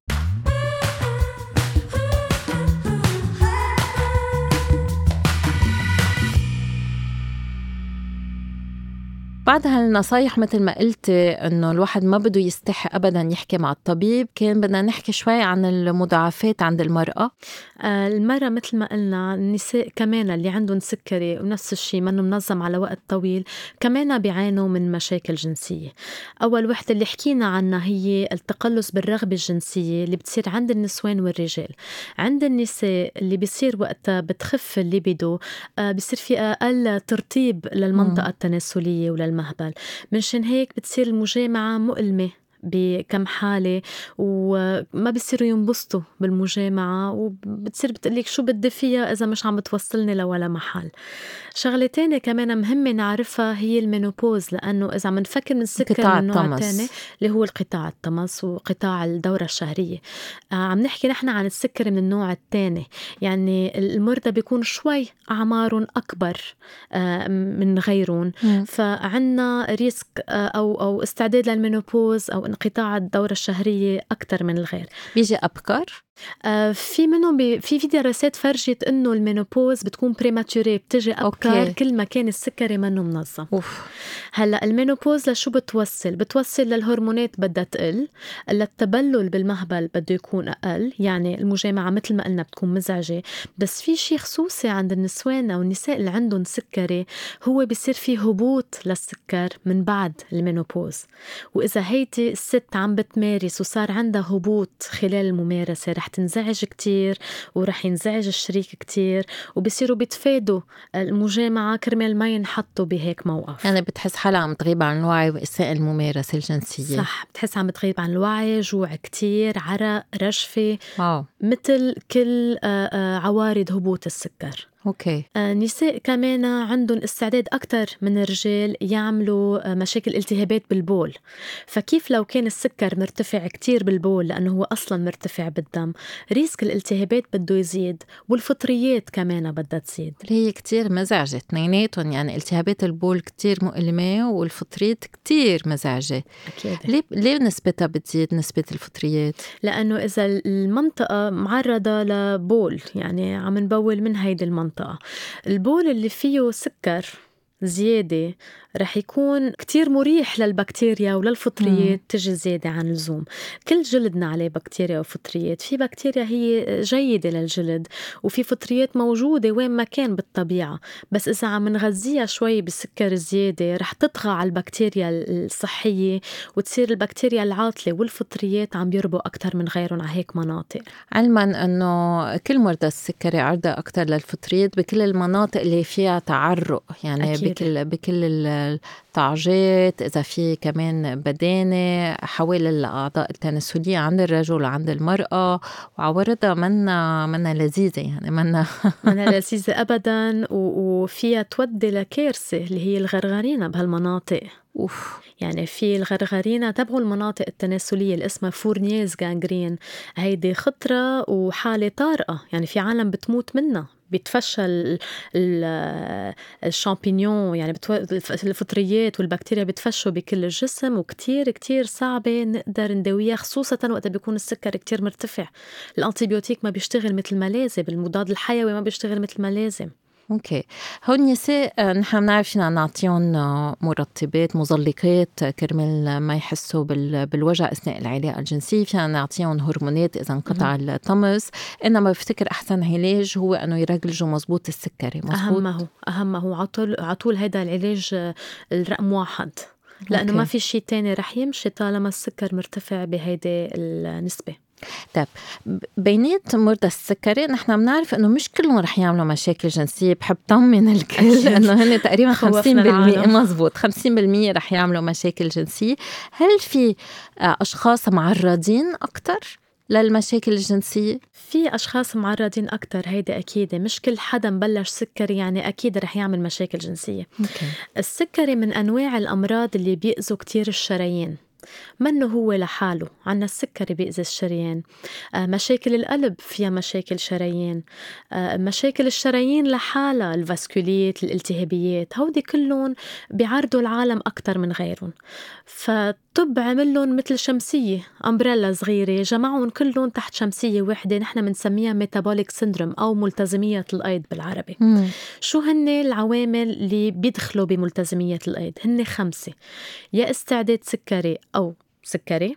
بعد هالنصايح مثل ما قلت إنه الواحد ما بده يستحي أبداً يحكي مع الطبيب، كان بدنا نحكي شوي عن المضاعفات عند المرأة. آه المرأة مثل ما قلنا، النساء كمان اللي عندهم سكري ونفس الشيء منه منظم على وقت طويل كمان بيعانوا من مشاكل جنسية. أول وحدة اللي حكينا عنها هي التقلص بالرغبة الجنسية اللي بتصير عند النسوان والرجال. عند النساء اللي بيصير وقتها بتخف الليبيدو، آه بيصير في أقل ترطيب للمنطقة التناسلية وللمهبل، منشان هيك بتصير المجامعة مؤلمة بكم حالة، وما بيصيروا ينبسطوا بالمجامعة، وبتصير بتقليك شو بدي فيها إذا مش عم بتوصلني لولا محل. شغلة تانية كمان مهمة نعرفها هي المينوبوز، لأنه إذا عم نفكر من سكر من نوع تاني اللي هو القطاع الطمس وقطاع الدورة الشهرية، آه عم نحكي نحن عن السكر من النوع التاني. يعني المرضى بيكون شوي أعمارهم أكبر آه من غيرهم، فعنا ريسك آه أو, أو استعداد للمينوبوز أو انقطاع الدورة الشهرية أكتر من الغير. بيجي أبكر؟ آه في منهم بي في في دراسات فرجت إنه المينوبوز بتكون بريماتوري، بتجي أبكر أوكي. كل ما كان السكري منه منظم. أوف. هلا المينوبوز لشو بتوصل؟ بتوصل للهرمونات بدها تقل، للتبلل بالمهبل بده يكون أقل، يعني المجامعة مثل ما قلنا بتكون مزعجة. بس في شيء خصوصي عند النسوان أو النساء اللي عندهم سكري، هو بيصير في هبوط للسكر من بعد المينوبوز. وإذا هيدي الست عم بتمارس وصار عندها هبوط خلال الممارسة، رح تنزعج كتير ورح ينزعج الشريك كتير، وبصيروا بيتفادوا المجامعة كرمال ما ينحطوا بهيك موقف. يعني بتحس حالها عم تغيب عن الوعي وإساءة الممارسة الجنسية. صح، بتحس عم تغيب عن الوعي، جوع كتير، عرق، رجفة، واو. مثل كل عوارض هبوط السكر. أوكي. النساء كمان عندهم استعداد أكتر من الرجال يعملوا مشاكل التهابات بالبول. فكيف لو كان السكر مرتفع كتير بالبول لأنه هو أصلا مرتفع بالدم، ريسك الالتهابات بده يزيد، والفطريات كمان بدها تزيد. هي كتير مزعجة اثنيناتهم، يعني التهابات البول كتير مؤلمة والفطريات كتير مزعجة. أكيد. ليه ليه نسبتها بتزيد نسبة الفطريات؟ لأنه إذا المنطقة معرضة لبول، يعني عم نبول من هيدي المنطقة، البول اللي فيه سكر زيادة رح يكون كتير مريح للبكتيريا وللفطريات تجي زيادة عن اللزوم. كل جلدنا عليه بكتيريا وفطريات، في بكتيريا هي جيدة للجلد وفي فطريات موجودة وين ما كان بالطبيعة، بس إذا عم نغذيها شوي بالسكر زيادة رح تطغى على البكتيريا الصحية وتصير البكتيريا العاطلة والفطريات عم يربوا أكتر من غيرهم على هيك مناطق. علما أنه كل مرضى السكري عرضة أكتر للفطريات بكل المناطق اللي فيها تعرق، يعني أكيد. بكل بكل الطاعجات، إذا في كمان بدانة حوالي الأعضاء التناسلية عند الرجل وعند المرأة، وعوارضها منا منا لذيذة، يعني منا منا لذيذة أبدا، وفيها تودي لكارثة اللي هي الغرغرينة بهالمناطق. أوف. يعني في الغرغرينة تبعوا المناطق التناسلية اللي اسمها فورنيز غانغرين، هيدي خطرة وحالة طارئة، يعني في عالم بتموت منها، بيتفشى الشامبينيون، يعني الفطريات والبكتيريا بتفشوا بكل الجسم، وكتير كتير صعبة نقدر نداويها، خصوصا وقت بيكون السكر كتير مرتفع. الانتيبيوتيك ما بيشتغل مثل ما لازم، المضاد الحيوي ما بيشتغل مثل ما لازم. اوكي. هون نساء نحن بنعرف فينا نعطيهم مرطبات مزلقات كرمال ما يحسوا بالوجع اثناء العلاقه الجنسيه، فينا نعطيهم هرمونات اذا انقطع الطمس، انما بفتكر احسن علاج هو انه يرجلجوا مزبوط السكري. مزبوط. اهمه اهمه عطول عطول هيدا العلاج الرقم واحد، لانه ما في شيء تاني رح يمشي طالما السكر مرتفع بهيدي النسبه. طيب بينات مرضى السكري نحن بنعرف انه مش كلهم رح يعملوا مشاكل جنسيه، بحب طمن الكل انه هن تقريبا خمسين بالمية مزبوط خمسين بالمية رح يعملوا مشاكل جنسيه. هل في اشخاص معرضين اكتر للمشاكل الجنسية؟ في أشخاص معرضين أكتر، هيدا أكيد. مش كل حدا مبلش سكري يعني أكيد رح يعمل مشاكل جنسية. okay. السكري من أنواع الأمراض اللي بيأذوا كتير الشرايين، منه هو لحاله. عنا السكري بيأذي الشريان، آه مشاكل القلب فيها مشاكل شرايين، آه مشاكل الشرايين لحالها، الفاسكوليت، الالتهابيات، هودي كلهم بيعرضوا العالم أكتر من غيرهم. فطب عملهم مثل شمسية، أمبريلا صغيرة، جمعهم كلهم تحت شمسية واحدة، نحن منسميها ميتابوليك سيندروم أو ملتزمية الأيض بالعربي. مم. شو هن العوامل اللي بيدخلوا بملتزمية الأيض؟ هن خمسة: يا استعداد سكري أو سكري،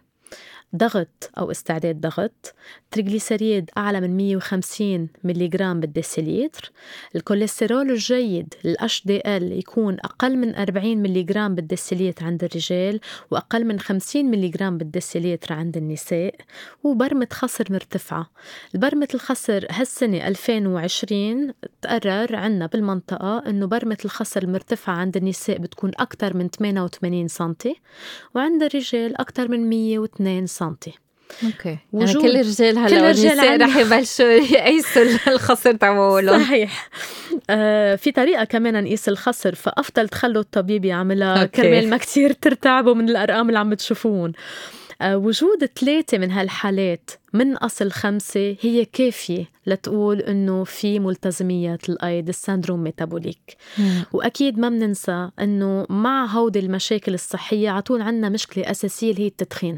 ضغط أو استعداد ضغط، تريغليسيريد أعلى من مية وخمسين مليغرام بالديسيليتر، الكوليسترول الجيد ال إتش دي إل يكون أقل من أربعين مليغرام بالديسيليتر عند الرجال وأقل من خمسين مليغرام بالديسيليتر عند النساء، وبرمة خصر مرتفعة. البرمة الخصر هالسنة ألفين وعشرين تقرر عنا بالمنطقة أنه برمة الخصر المرتفعة عند النساء بتكون أكتر من ثمانية وثمانين سنتي وعند الرجال أكتر من مية واثنين سنتي. اوكي. يعني كل الرجال هلا والنساء رح يبلشوا يقيسوا الخصر تبعولهم. صحيح. آه في طريقه كمان نقيس الخصر، فافضل تخلوا الطبيب يعملها كرمال ما كتير ترتعبوا من الارقام اللي عم تشوفون. آه وجود ثلاثة من هالحالات من أصل خمسة هي كافية لتقول إنه في ملتزميات الأيض، السندروم ميتابوليك. مم. وأكيد ما بننسى إنه مع هودي المشاكل الصحية عطول عنا مشكلة أساسية اللي هي التدخين.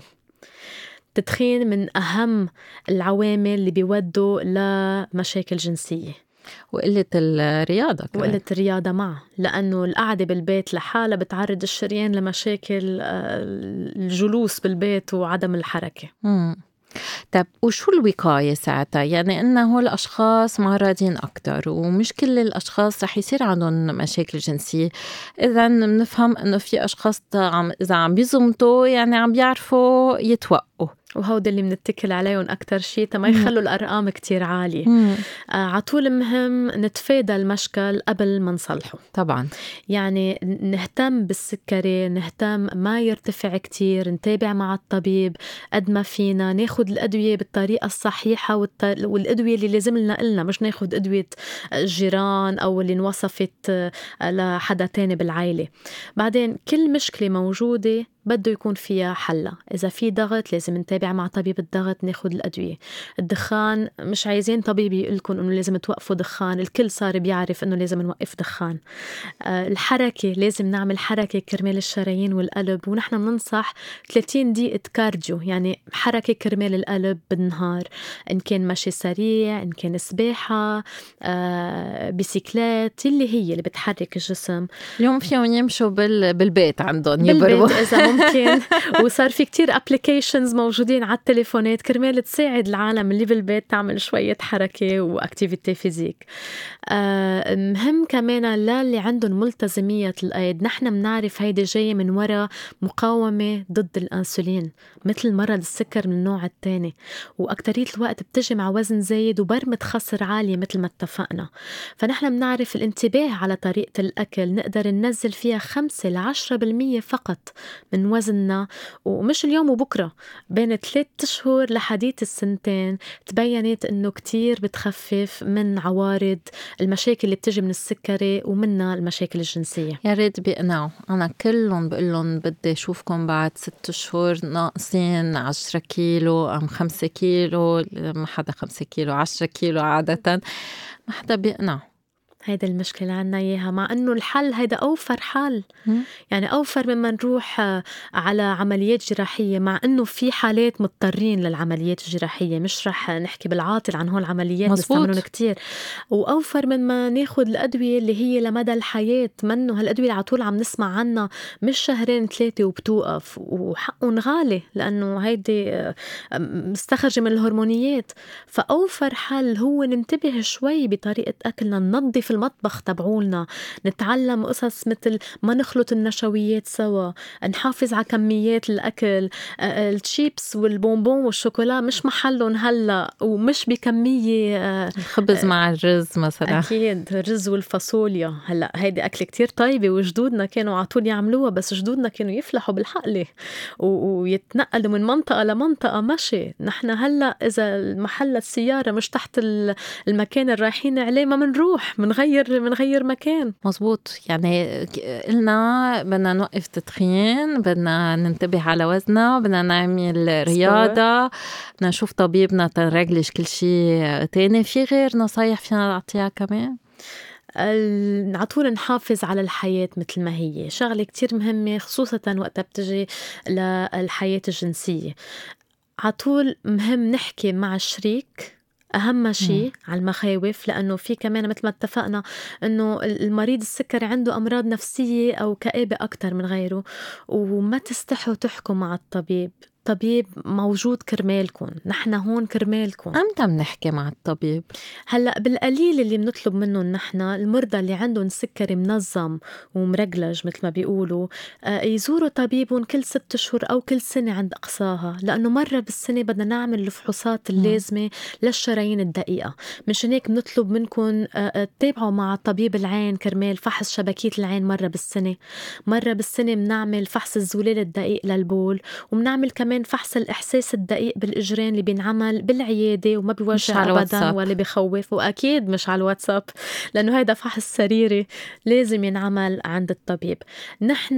التدخين من أهم العوامل اللي بيودوا لمشاكل جنسية، وقلة الرياضة كمان. وقلة الرياضة معه، لأنه القعدة بالبيت لحالة بتعرض الشريان لمشاكل الجلوس بالبيت وعدم الحركة. مم. طب وشو الوقاية ساعتها؟ يعني إنه هو الأشخاص معرضين أكتر ومش كل الأشخاص رح يصير عندهم مشاكل جنسية. إذن بنفهم إنه في أشخاص عم إذا عم بيزمطوا يعني عم بيعرفوا يتوقوا حقه. وهود اللي بنتكل عليهم أكتر شيء تما يخلوا الأرقام كتير عالية. مم. آه عطول مهم نتفادى المشكل قبل ما نصلحه. طبعا يعني نهتم بالسكري، نهتم ما يرتفع كتير، نتابع مع الطبيب قد ما فينا، ناخد الأدوية بالطريقة الصحيحة والط... والأدوية اللي لازم لنا إلنا، مش ناخد أدوية الجيران أو اللي انوصفت لحدا تاني بالعائلة. بعدين كل مشكلة موجودة بده يكون فيها حلة. إذا في ضغط لازم نتابع مع طبيب الضغط، ناخد الأدوية. الدخان مش عايزين طبيب يقولكم إنه لازم توقفوا دخان، الكل صار بيعرف إنه لازم نوقف دخان. أه الحركة لازم نعمل حركة كرمال الشرايين والقلب، ونحن بننصح ثلاثين دقيقة كارديو، يعني حركة كرمال القلب بالنهار، إن كان مشي سريع، إن كان سباحة، أه بيسيكلات، اللي هي اللي بتحرك الجسم. اليوم فيهم يمشوا بال... بالبيت عندهم بالبيت إذا ممكن. وصار في كتير ابليكيشنز موجودين على التليفونات كرمال تساعد العالم اللي بالبيت تعمل شوية حركة واكتيفيتي فيزيك. آه مهم كمان للي عندهم ملتزمية الأيض، نحن منعرف هيدي جاية من وراء مقاومة ضد الأنسولين مثل مرض السكر من النوع الثاني، وأكترية الوقت بتجي مع وزن زايد وبرمة خسر عالية مثل ما اتفقنا. فنحن منعرف الانتباه على طريقة الأكل نقدر ننزل فيها خمسة لعشرة بالمية فقط من وزننا، ومش اليوم وبكرة، بين ثلاث أشهر لحديث السنتين تبينت إنه كتير بتخفف من عوارض المشاكل اللي بتجي من السكري ومنها المشاكل الجنسية. يا ريت بيقنعوا. أنا كلهم بقلهم بدي أشوفكم بعد ست شهور ناقصين عشرة كيلو أم خمسة كيلو، ما حدا خمسة كيلو، عشرة كيلو عادة، ما حدا بيقنع. هيدا المشكلة عنا إياها، مع أنه الحل هيدا أوفر حل. م? يعني أوفر مما نروح على عمليات جراحية، مع أنه في حالات مضطرين للعمليات الجراحية، مش رح نحكي بالعاطل عن هول العمليات بستعملون كتير. وأوفر مما ناخد الأدوية اللي هي لمدى الحياة، منه هالأدوية اللي عطول عم نسمع عنها مش شهرين ثلاثة وبتوقف، وحقهم غالي لأنه هيدي مستخرجة من الهرمونيات. فأوفر حل هو ننتبه شوي بطريقة أكلنا، ننظف المطبخ تبعولنا، نتعلم قصص مثل ما نخلط النشويات سوا، نحافظ على كميات الأكل. الشيبس والبونبون والشوكولا مش محلهم هلأ ومش بكمية. الخبز مع الرز مثلا، أكيد الرز والفاصوليا هلأ هيدي أكل كتير طيبة، وجدودنا كانوا عطول يعملوها، بس جدودنا كانوا يفلحوا بالحقلة ويتنقلوا من منطقة لمنطقة مشي. نحن هلأ إذا المحل السيارة مش تحت المكان اللي رايحين عليه ما منروح، منغير منغير مكان. مزبوط. يعني قلنا بدنا نوقف تدخين، بدنا ننتبه على وزننا، بدنا نعمل رياضة، بدنا نشوف طبيبنا تنرجلش كل شيء تاني. في غير نصايح فينا نعطيها كمان؟ نعطول نحافظ على الحياة مثل ما هي، شغلة كتير مهمة خصوصا وقتها بتجي للحياة الجنسية. عطول مهم نحكي مع الشريك أهم شيء على المخاوف، لأنه في كمان مثل ما اتفقنا أنه المريض السكري عنده أمراض نفسية أو كآبة أكتر من غيره، وما تستحوا تحكوا مع الطبيب. طبيب موجود كرمالكم، نحن هون كرمالكم. أمتى بنحكي مع الطبيب؟ هلأ بالقليل اللي بنطلب منهم نحن المرضى اللي عندهم سكري منظم ومرجلج مثل ما بيقولوا يزوروا طبيبهم كل ست شهور أو كل سنة عند أقصاها، لأنه مرة بالسنة بدنا نعمل الفحوصات اللازمة للشرايين الدقيقة. مشان هيك بنطلب منكم تتابعوا مع طبيب العين كرمال فحص شبكية العين مرة بالسنة. مرة بالسنة بنعمل فحص الزلال الدقيق للبول، وبنعمل كمان فحص الإحساس الدقيق بالإجرين اللي بينعمل بالعيادة وما بيوجع أبدا ولا بيخوف، وأكيد مش على الواتساب لأنه هيدا فحص سريري لازم ينعمل عند الطبيب. نحن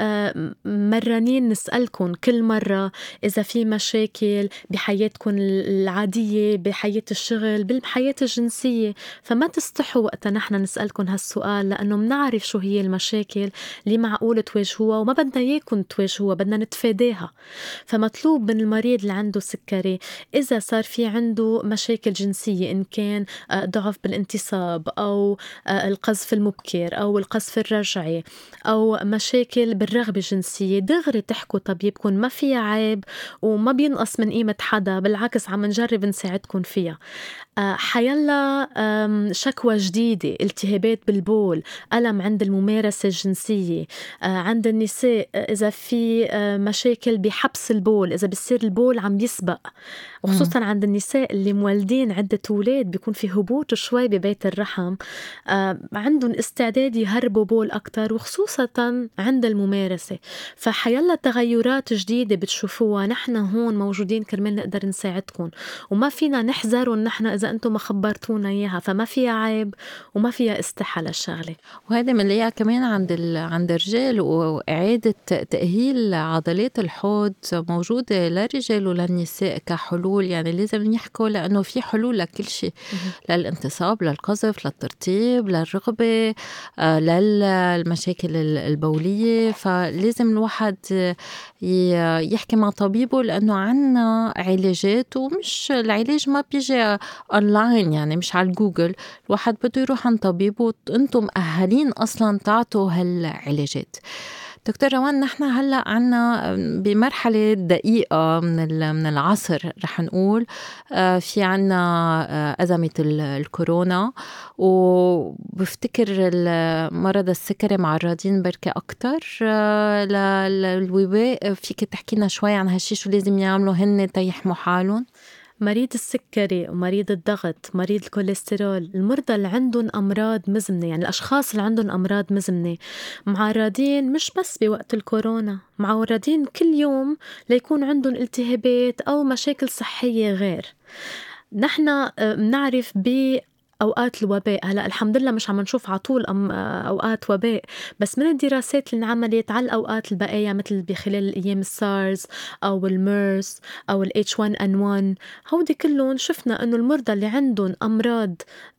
مرانين نسألكم كل مرة إذا في مشاكل بحياتكم العادية، بحياة الشغل، بالحياة الجنسية، فما تستحوا وقتا نحن نسألكم هالسؤال، لأنه منعرف شو هي المشاكل اللي معقول تواجهوها وما بدنا إياكم تواجهوها، بدنا نتفاداها. فمطلوب من المريض اللي عنده سكري إذا صار في عنده مشاكل جنسية، إن كان ضعف بالانتصاب أو القذف المبكر أو القذف الرجعي أو مشاكل بالرغبة الجنسية، دغري تحكوا طبيبكم، ما فيها عيب وما بينقص من قيمة حدا، بالعكس عم نجرب نساعدكم فيها. آه، حيلا آم، شكوى جديدة، التهابات بالبول، ألم عند الممارسة الجنسية، آه، عند النساء آه، إذا في آه، مشاكل بحبس البول، إذا بيصير البول عم يسبق، وخصوصا عند النساء اللي مولدين عدة أولاد بيكون في هبوط شوي ببيت الرحم، آه، عندهم استعداد يهربوا بول أكتر، وخصوصا عند الممارسة. فحيلا تغيرات جديدة بتشوفوها، نحن هون موجودين كرمال نقدر نساعدكم، وما فينا نحذر نحن إذا أنتم ما خبرتونا إياها، فما فيها عيب وما فيها استحالة الشغلة. وهذا بنلاقيها كمان عند ال... عند الرجال، وإعادة تأهيل عضلات الحوض موجودة للرجال وللنساء كحلول. يعني لازم نحكوا لأنه في حلول لكل شيء، للانتصاب، للقذف، للترطيب، للرغبة، آه، للمشاكل البولية. فلازم الواحد ي- يحكي مع طبيبه، لأنه عنا علاجات، ومش العلاج ما بيجي أونلاين، يعني مش على الجوجل. الواحد بده يروح عند طبيبه، انتم مؤهلين اصلا تعطوا هالعلاجات. دكتور روان، نحن هلا عنا بمرحله دقيقه من من العصر رح نقول. آه، في عنا آه، ازمه ال- الكورونا، وبفتكر مرض السكري معرضين بركة اكتر آه، للوباء. فيك تحكي لنا شوي عن هالشي، شو لازم يعملوا هن تيحموا حالهم؟ مريض السكري ومريض الضغط، مريض الكوليسترول، المرضى اللي عندهم أمراض مزمنة، يعني الأشخاص اللي عندهم أمراض مزمنة معرضين مش بس بوقت الكورونا، معرضين كل يوم ليكون عندهم التهابات أو مشاكل صحية غير. نحن آه، بنعرف ب أوقات الوباء، هلأ الحمد لله مش عم نشوف عطول أم أوقات وباء، بس من الدراسات اللي انعملت على الأوقات البقية مثل بخلال الأيام السارز أو الميرس أو ال إتش ون إن ون، هودي كلهم شفنا أنه المرضى اللي عندهم أمراض،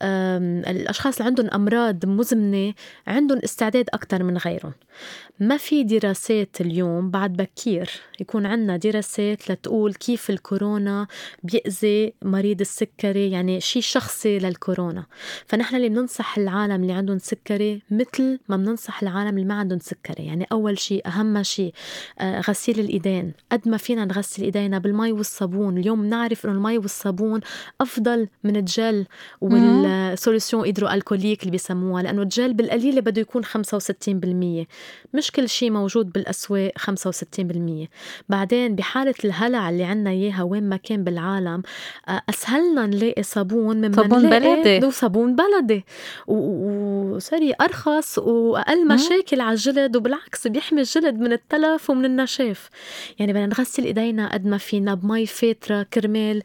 الأشخاص اللي عندهم أمراض مزمنة عندهم استعداد أكتر من غيرهم. ما في دراسات اليوم، بعد بكير يكون عنا دراسات لتقول كيف الكورونا بيأذي مريض السكري، يعني شيء شخصي للكورونا. فنحن اللي بننصح العالم اللي عندهم سكري مثل ما بننصح العالم اللي ما عندهم سكري. يعني أول شيء، أهم شيء، آه غسيل الإيدين. قد ما فينا نغسل إيدينا بالمي والصابون. اليوم نعرف إنه المي والصابون أفضل من الجل والسوليسيون إيدرو ألكوليك اللي بيسموها، لأنه الجل بالقليل بده يكون خمسة وستين بالمية، مش كل شيء موجود بالأسواق خمسة وستين بالمية. بعدين بحالة الهلع اللي عنا إياها وين ما كان بالعالم، أسهلنا نلاقي صابون مما صابون نلاقي بلدي. صابون بلدي، وسوري أرخص وأقل مشاكل على الجلد، وبالعكس بيحمي الجلد من التلف ومن النشاف. يعني بدنا نغسل إيدينا قد ما فينا بمي فاترة كرمال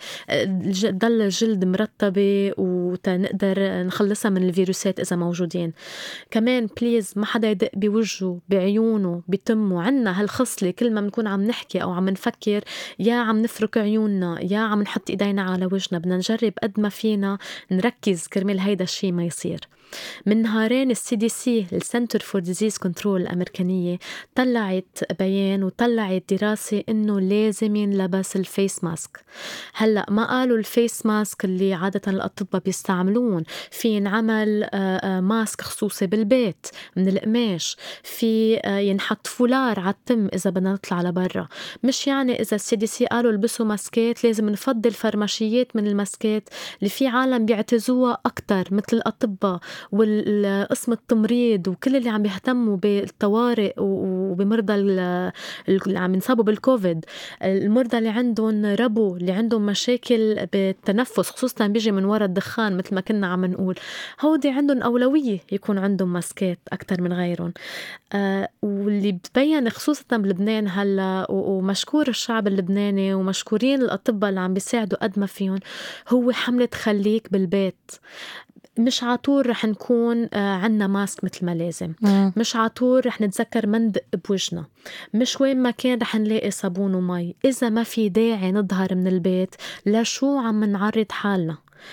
ضل الجلد مرطبة وتنقدر نخلصها من الفيروسات إذا موجودين. كمان بليز ما حدا يدق بوجهه، بعيونه، بتمه. عنا هالخصلة كل ما بنكون عم نحكي أو عم نفكر، يا عم نفرك عيوننا يا عم نحط إيدينا على وجهنا. بدنا نجرب قد ما فينا نركز كرمال هيدا الشي ما يصير. من نهارين السي دي سي السنتر فور ديزيز كنترول الأمريكانية طلعت بيان وطلعت دراسة إنه لازم ينلبس الفيس ماسك. هلأ ما قالوا الفيس ماسك اللي عادة الأطباء بيستعملون، في ينعمل ماسك خصوصي بالبيت من القماش، في ينحط فولار على التم إذا بدنا نطلع لبرا. مش يعني إذا السي دي سي قالوا لبسوا ماسكات لازم نفضل فرماشيات من الماسكات اللي في عالم بيعتزوها أكتر مثل الأطباء والقسم التمريض وكل اللي عم يهتموا بالطوارئ وبمرضى اللي عم ينصابوا بالكوفيد، المرضى اللي عندهم ربو، اللي عندهم مشاكل بالتنفس خصوصا بيجي من وراء الدخان مثل ما كنا عم نقول. هودي عندهم أولوية يكون عندهم ماسكات أكتر من غيرهم. آه واللي بتبين خصوصا بلبنان هلا، ومشكور الشعب اللبناني ومشكورين الأطباء اللي عم بيساعدوا قد ما فيهم، هو حملة خليك بالبيت. مش عطول رح نكون عنا ماسك مثل ما لازم، مم. مش عطول رح نتذكر مندق بوجنا، مش وين ما كان رح نلاقي صابون ومي. إذا ما في داعي نظهر من البيت لشو عم نعرض حالنا؟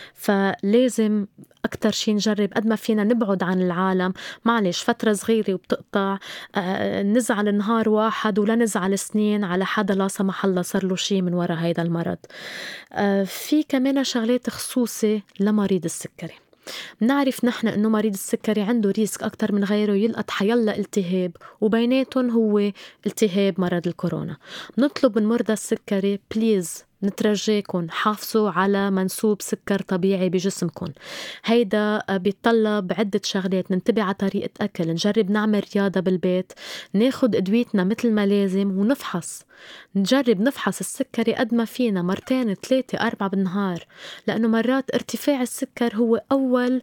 فلازم أكتر شي نجرب قد ما فينا نبعد عن العالم. معلش فترة صغيرة وبتقطع، آه نزعل نهار واحد ولا نزعل سنين على حدا لا سمح الله صار له شي من وراء هيدا المرض. آه في كمان شغلات خصوصي لمريض السكري. بنعرف نحن إنه مريض السكري عنده ريسك أكتر من غيره يلقط حيلا التهاب، وبيناتهم هو التهاب مرض الكورونا. نطلب من مرضى السكري بليز نترجيكم حافظوا على منسوب سكر طبيعي بجسمكم. هيدا بيتطلب عدة شغلات، ننتبه على طريقة أكل، نجرب نعمل رياضة بالبيت، ناخد أدويتنا مثل ما لازم، ونفحص نجرب نفحص السكري قد ما فينا مرتين ثلاثة أربعة بالنهار، لأنه مرات ارتفاع السكر هو أول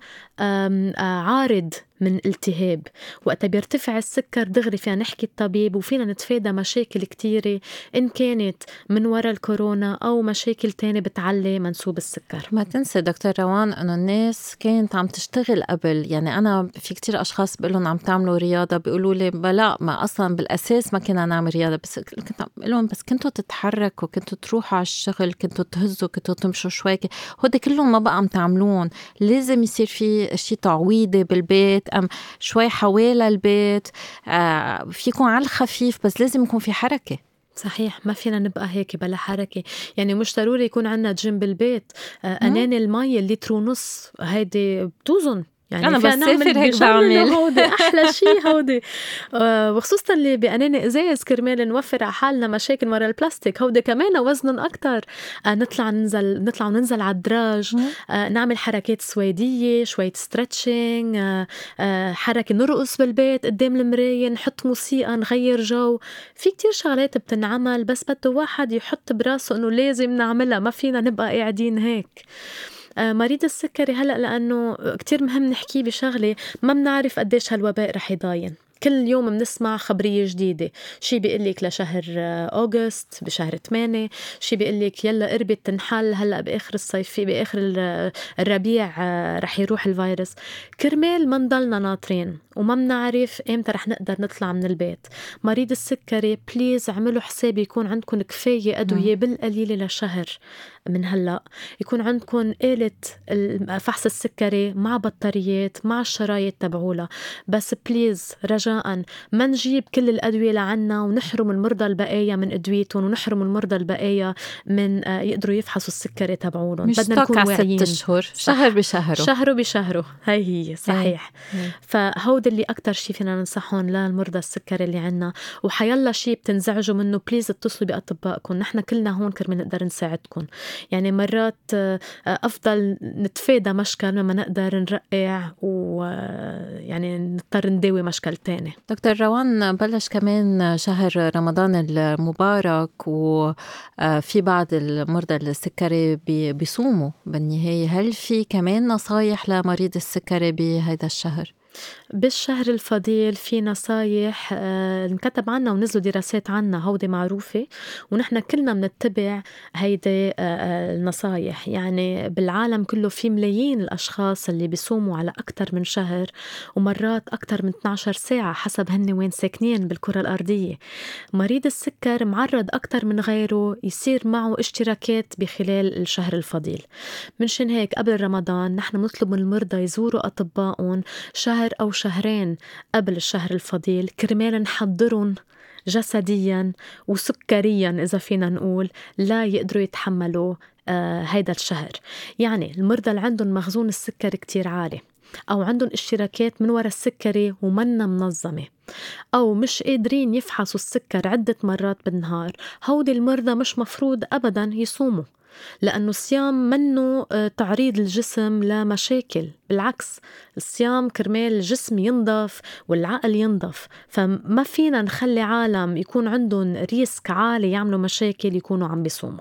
عارض من التهاب. وقت بيرتفع السكر دغري فينا نحكي الطبيب، وفينا نتفادى مشاكل كتيرة إن كانت من وراء الكورونا أو مشاكل تانية بتعلي منسوب السكر. ما تنسي دكتور روان أنه الناس كانت عم تشتغل قبل، يعني أنا في كتير أشخاص بقولهم عم تعملوا رياضة بيقولوا لي لا ما أصلا بالأساس ما كنا نعمل رياضة، بس كنت بقولهم بس كنتوا تتحركوا، كنتوا تروحوا على الشغل، كنتوا تهزوا، كنتوا تمشوا شوي، هودي كلهم ما بقى عم تعملون. لازم يصير في شي تعويضي بالبيت، أم شوي حوالي البيت، آه فيكون على الخفيف، بس لازم يكون في حركة. صحيح، ما فينا نبقى هيك بلا حركة. يعني مش ضروري يكون عنا جيم بالبيت. آه أناني المي اللتر ونص هيدي بتوزن، يعني أنا بسافر هيك بعمل هودي أحلى شيء هودي. آه وخصوصا اللي بأناني إزاز كرمال نوفر على حالنا مشاكل مرة البلاستيك، هودي كمان وزنن أكتر. آه نطلع ننزل نطلع وننزل على الدراج، آه نعمل حركات سويدية، شوية ستريتشنج، آه آه حركة، نرقص بالبيت قدام المراية، نحط موسيقى، نغير جو. في كتير شغلات بتنعمل، بس بده واحد يحط براسه إنه لازم نعملها، ما فينا نبقى قاعدين هيك. مريض السكري هلأ لأنه كتير مهم نحكي بشغلة، ما بنعرف قديش هالوباء رح يضاين. كل يوم بنسمع خبرية جديدة، شي بيقلك لشهر أغسطس بشهر ثمانية، شي بيقلك يلا قربت تنحل هلأ بآخر الصيف، بآخر الربيع رح يروح الفيروس. كرمال ما نضلنا ناطرين وما بنعرف إمتى رح نقدر نطلع من البيت. مريض السكري بليز اعملوا حساب يكون عندكم كفاية أدوية بالقليلة لشهر من هلأ، يكون عندكم آلة فحص السكري مع بطاريات مع الشرايط تبعولها. بس بليز رجاء ما نجيب كل الأدوية لعنا ونحرم المرضى البقايا من أدويتهم، ونحرم المرضى البقايا من يقدروا يفحصوا السكري تبعولهم. بدنا نكون واعيين. شهر شهر بشهره شهر بشهره هاي هي صحيح. هي. فهود اللي أكتر شي فينا ننصحون للمرضى السكري اللي عنا، وحيالله شي بتنزعجوا منه بليز اتصلوا بأطبائكم، نحن كلنا هون كرمال نقدر نساعدكم. يعني مرات أفضل نتفادى مشكل مما نقدر نرقع ويعني نضطر نداوي مشكل تاني. دكتور روان، بلش كمان شهر رمضان المبارك، وفي بعض المرضى السكري بيصوموا بالنهاية، هل في كمان نصايح لمريض السكري بهذا الشهر؟ بالشهر الفضيل في نصايح آه نكتب عنها ونزلوا دراسات عنها، هودي معروفة ونحن كلنا منتبع هيدي آه النصايح. يعني بالعالم كله في ملايين الأشخاص اللي بيصوموا على أكتر من شهر، ومرات أكتر من اثنتي عشرة ساعة حسب هن وين ساكنين بالكرة الأرضية. مريض السكر معرض أكتر من غيره يصير معه اشتراكات بخلال الشهر الفضيل. منشان هيك قبل رمضان نحن نطلب من المرضى يزوروا أطباءهم شهر أو شهرين قبل الشهر الفضيل، كرمال نحضرهم جسديا وسكريا إذا فينا نقول لا يقدروا يتحملوا آه هيدا الشهر. يعني المرضى اللي عندهم مخزون السكر كتير عالي، أو عندهم اشتراكات من وراء السكري ومنا منظمة، أو مش قادرين يفحصوا السكر عدة مرات بالنهار، هودي المرضى مش مفروض أبدا يصوموا، لأنه الصيام منه تعريض الجسم لمشاكل، بالعكس الصيام كرمال الجسم ينضف والعقل ينضف. فما فينا نخلي عالم يكون عندهم ريسك عالي يعملوا مشاكل يكونوا عم بيصوموا.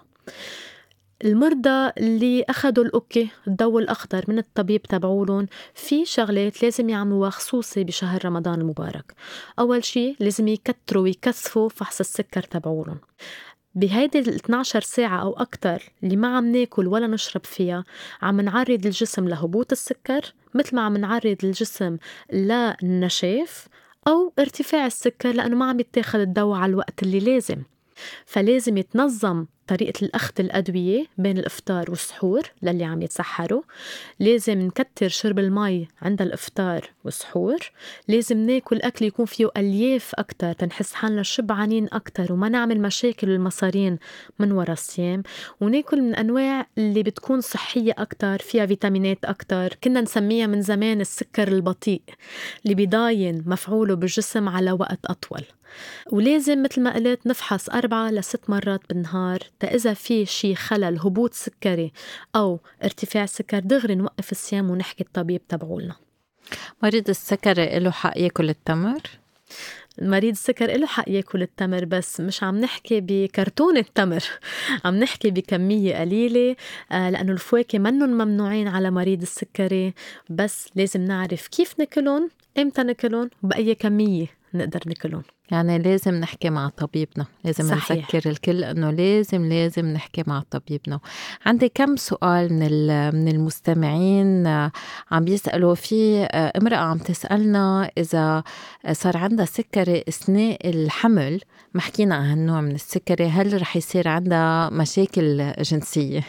المرضى اللي أخدوا الأوكي الضوء الأخضر من الطبيب تبعولون، في شغلات لازم يعملوها خصوصي بشهر رمضان المبارك. أول شي لازم يكتروا ويكثفوا فحص السكر تبعولون. بهيدي ال اثنتي عشرة ساعة أو أكتر اللي ما عم ناكل ولا نشرب فيها، عم نعرض الجسم لهبوط السكر، مثل ما عم نعرض الجسم للنشاف أو ارتفاع السكر، لأنه ما عم يتاخد الدواء على الوقت اللي لازم. فلازم يتنظم طريقة الأخذ الأدوية بين الإفطار والسحور للي عم يتسحروا. لازم نكتر شرب المي عند الإفطار والسحور. لازم ناكل أكل يكون فيه ألياف أكتر تنحس حالنا شبعانين أكتر وما نعمل مشاكل المصارين من وراء الصيام. وناكل من أنواع اللي بتكون صحية أكتر، فيها فيتامينات أكتر، كنا نسميها من زمان السكر البطيء اللي بيضاين مفعوله بالجسم على وقت أطول. ولازم مثل ما قلت نفحص أربعة لست مرات بالنهار تا إذا في شي خلل هبوط سكري أو ارتفاع سكر دغري نوقف الصيام ونحكي الطبيب تبعولنا. مريض السكري له حق ياكل التمر؟ المريض السكر له حق ياكل التمر، بس مش عم نحكي بكرتون التمر، عم نحكي بكمية قليلة، آه لأنه الفواكه منن ممنوعين على مريض السكري، بس لازم نعرف كيف ناكلون، امتى ناكلون، وبأي كمية نقدر ناكلون. يعني لازم نحكي مع طبيبنا، لازم صحيح. نذكر الكل أنه لازم لازم نحكي مع طبيبنا. عندي كم سؤال من من المستمعين عم بيسألوا في امرأة عم تسألنا إذا صار عندها سكري أثناء الحمل، ما حكينا عن هالنوع من السكري، هل رح يصير عندها مشاكل جنسية؟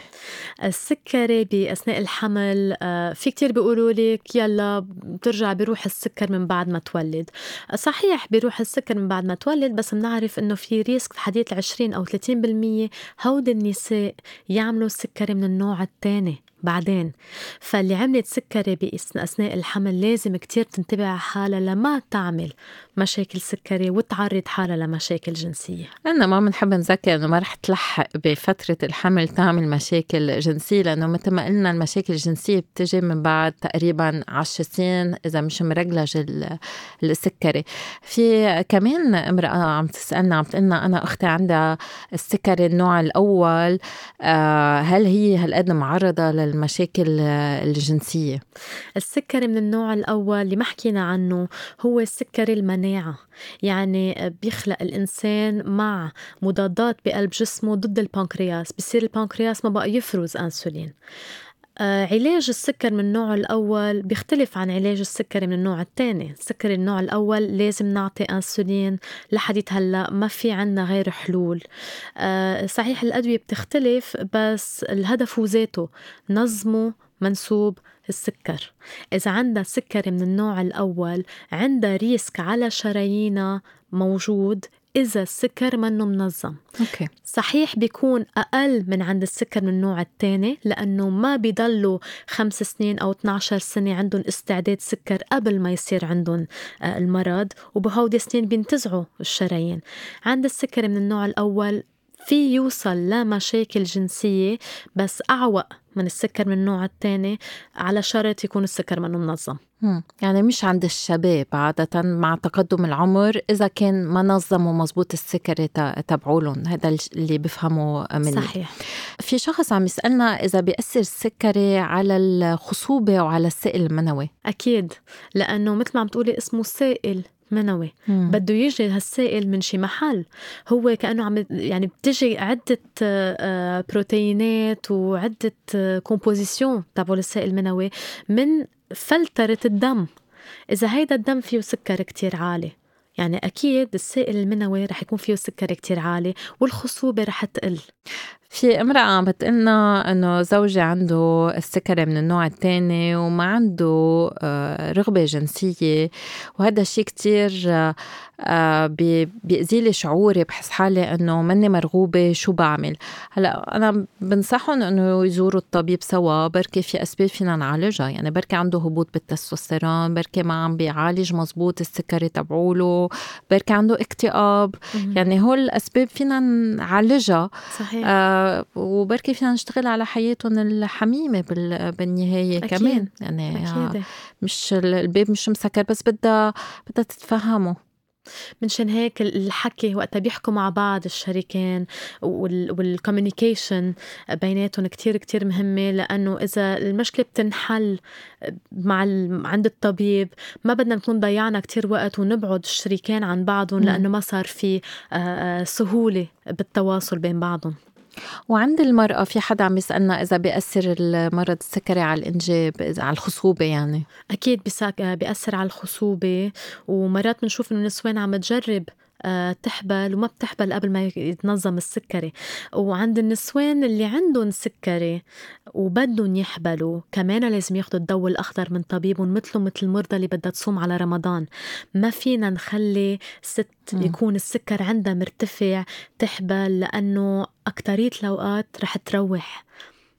السكري بأثناء الحمل في كتير بيقولوا لك يلا بترجع بيروح السكر من بعد ما تولد. صحيح بيروح السكر من بعد ما تولد، بس بنعرف انه في ريسك حديث عشرين او ثلاثين بالمية هود النساء يعملوا سكري من النوع الثاني بعدين. فاللي عملت سكري بأثناء الحمل لازم كتير تنتبه على حالها لما تعمل مشاكل سكري وتعرض حالها لمشاكل جنسية. أنا ما بنحب نذكر أنه ما رح تلحق بفترة الحمل تعمل مشاكل جنسية، لأنه مثل ما قلنا المشاكل الجنسية بتجي من بعد تقريبا عشر سنين إذا مش مرجلج السكري. في كمان امرأة عم تسألنا عم تقلنا أنا أختي عندها السكري النوع الأول، هل هي هالقد معرضة للمشاكل الجنسية؟ السكري من النوع الأول اللي ما حكينا عنه هو السكري المناعة، يعني بيخلق الإنسان مع مضادات بقلب جسمه ضد البنكرياس، بيصير البنكرياس ما بقى يفرز أنسولين. آه علاج السكر من النوع الأول بيختلف عن علاج السكري من النوع الثاني. السكري النوع الأول لازم نعطي أنسولين، لحديت هلأ ما في عنا غير حلول. آه صحيح الأدوية بتختلف، بس الهدف هو ذاته، نظمه منسوب السكر. إذا عندها سكري من النوع الأول عندها ريسك على شرايينها موجود إذا السكر منه منظم. أوكي. صحيح بيكون أقل من عند السكر من النوع الثاني، لأنه ما بيضلوا خمس سنين أو اثني عشر سنة عندهم استعداد سكر قبل ما يصير عندهم المرض، وبهودي سنين بينتزعوا الشرايين. عند السكر من النوع الأول في يوصل لمشاكل جنسية، بس أعوق من السكر من النوع الثاني، على شرط يكون السكر منه منظم. يعني مش عند الشباب عادة مع تقدم العمر إذا كان ما نظموا مزبوط السكري تبعولهم، هذا اللي بفهمه مني. صحيح. في شخص عم يسألنا إذا بيأثر السكري على الخصوبة وعلى السائل المنوي. أكيد، لأنه مثل ما عم تقولي اسمه سائل منوي، مم. بده يجي هالسائل من شي محل، هو كأنه عم يعني بتجي عدة بروتينات وعدة كومبوزيشن تبع السائل المنوي من فلترة الدم. إذا هيدا الدم فيه سكر كتير عالي، يعني أكيد السائل المنوي رح يكون فيه سكر كتير عالي والخصوبة رح تقل. في امرأة عم بتقلنا إنه زوجي عنده السكري من النوع الثاني وما عنده رغبة جنسية، وهذا الشيء كتير بيأذيلي شعوري، بحس حالي إنه مني مرغوبة، شو بعمل؟ هلأ أنا بنصحهم إنه يزوروا الطبيب سوا، بركي في أسباب فينا نعالجها، يعني بركي عنده هبوط بالتستوستيرون، بركي ما عم بيعالج مزبوط السكري تبعوله، بركي عنده اكتئاب، يعني هول الأسباب فينا نعالجها. صحيح. آه وبركي فينا نشتغل على حياتهم الحميمة بالنهاية. أكيد. كمان يعني أكيد. مش الباب مش مسكر، بس بدها بدها تتفهموا. منشان هيك الحكي وقتها بيحكوا مع بعض الشريكين والكوميونيكيشن بيناتهم كتير كتير مهمة، لأنه إذا المشكلة بتنحل مع عند الطبيب ما بدنا نكون ضيعنا كتير وقت ونبعد الشريكين عن بعضهم، لأنه ما صار في سهولة بالتواصل بين بعضهم. وعند المرأة في حدا عم يسألنا إذا بيأثر المرض السكري على الإنجاب، إذا على الخصوبة يعني. أكيد بيأثر على الخصوبة، ومرات بنشوف إنه النسوان عم تجرب تحبل وما بتحبل قبل ما يتنظم السكري. وعند النسوان اللي عندهم سكري وبدهم يحبلوا كمان لازم ياخدوا الضوء الأخضر من طبيبهم، مثلهم مثل المرضى اللي بدها تصوم على رمضان. ما فينا نخلي ست يكون السكر عندها مرتفع تحبل، لأنه أكترية الأوقات رح تروح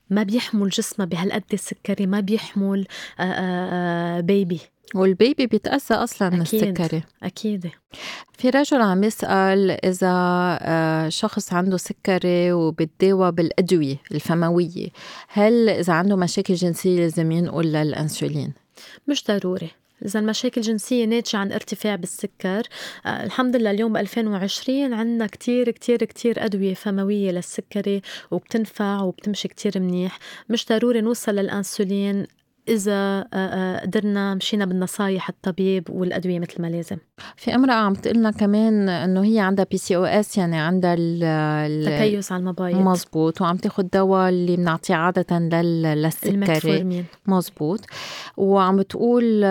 ما بيحمل جسمها بهالقد السكري، ما بيحمل آآ آآ بيبي، والبيبي بيتأذى أصلا من أكيد السكري. أكيد. في رجل عم يسأل إذا آه، شخص عنده سكري وبتداوى بالأدوية الفموية، هل إذا عنده مشاكل جنسية لازم ينقل للأنسولين؟ مش ضروري. إذا المشاكل الجنسية ناتجة عن ارتفاع بالسكر، آه الحمد لله اليوم بألفين وعشرين عنا كتير كتير كتير أدوية فموية للسكري وبتنفع وبتمشي كتير منيح. مش ضروري نوصل للأنسولين إذا قدرنا مشينا بالنصايح الطبيب والأدوية مثل ما لازم. في امرأة عم تقلنا كمان إنه هي عندها بي سي او اس، يعني عندها تكيس على المبايض. مزبوط، وعم تاخد دواء اللي بنعطيه عادة للسكري. الميتفورمين. مزبوط. وعم بتقول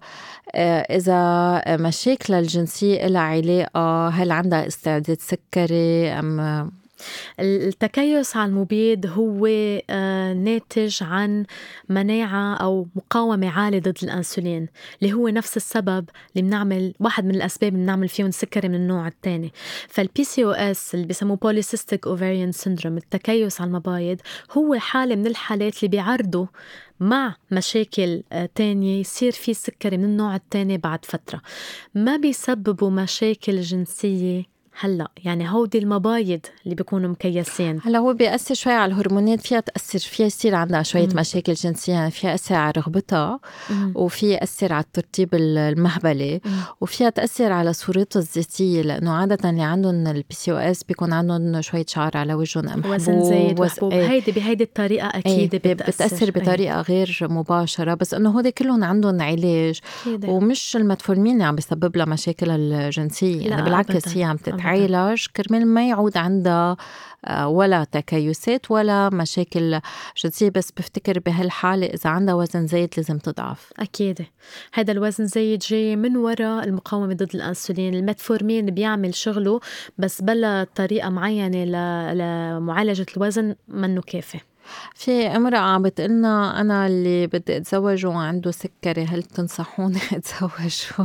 إذا مشاكل الجنسية لها علاقة، هل عندها استعداد سكري أم؟ التكيس على المبيض هو ناتج عن مناعة أو مقاومة عالية ضد الأنسولين، اللي هو نفس السبب اللي بنعمل، واحد من الأسباب اللي بنعمل فيهم سكري من النوع الثاني. فالبي سي او اس اللي بيسموه Polycystic Ovarian Syndrome، التكيس على المبايض، هو حالة من الحالات اللي بيعرضوا مع مشاكل تانية يصير في سكري من النوع الثاني بعد فترة. ما بيسببوا مشاكل جنسية هلا، يعني هودي المبايض اللي بيكونوا مكيسين. هلا هو بيأثر شوي على الهرمونات، فيها تأثر، فيها يصير عندها شوية مم. مشاكل جنسية، يعني فيها يأثر على رغبتها، مم. وفيها يأثر على الترتيب المهبلي، مم. وفيها تأثر على صورتها الذاتية، لأنه عادة اللي عندهم البي سي او اس بيكون عندهم شوية شعر على وجههم محبوب، وزن زايد وحبوب. ايه. هيدي بهيدي الطريقة أكيد ايه بتأثر, بتأثر بطريقة ايه. غير مباشرة، بس إنه هودي كلهم عندهم علاج، كيدا. ومش المتفورمين عم بيسبب لها مشاكل الجنسية، يعني بالعكس أبداً. هي عم تتعالج كرمال ما يعود عندها ولا تكيسات ولا مشاكل جنسية. بس بفتكر بهالحالة إذا عندها وزن زايد لازم تضعف. أكيد هذا الوزن زايد جاي من وراء المقاومة ضد الأنسولين. الميتفورمين بيعمل شغله بس بلا طريقة معينة لمعالجة الوزن منه كافي. في امرأة عم بتقلنا أنا اللي بدي أتزوج وعنده سكري، هل تنصحوني أتزوج؟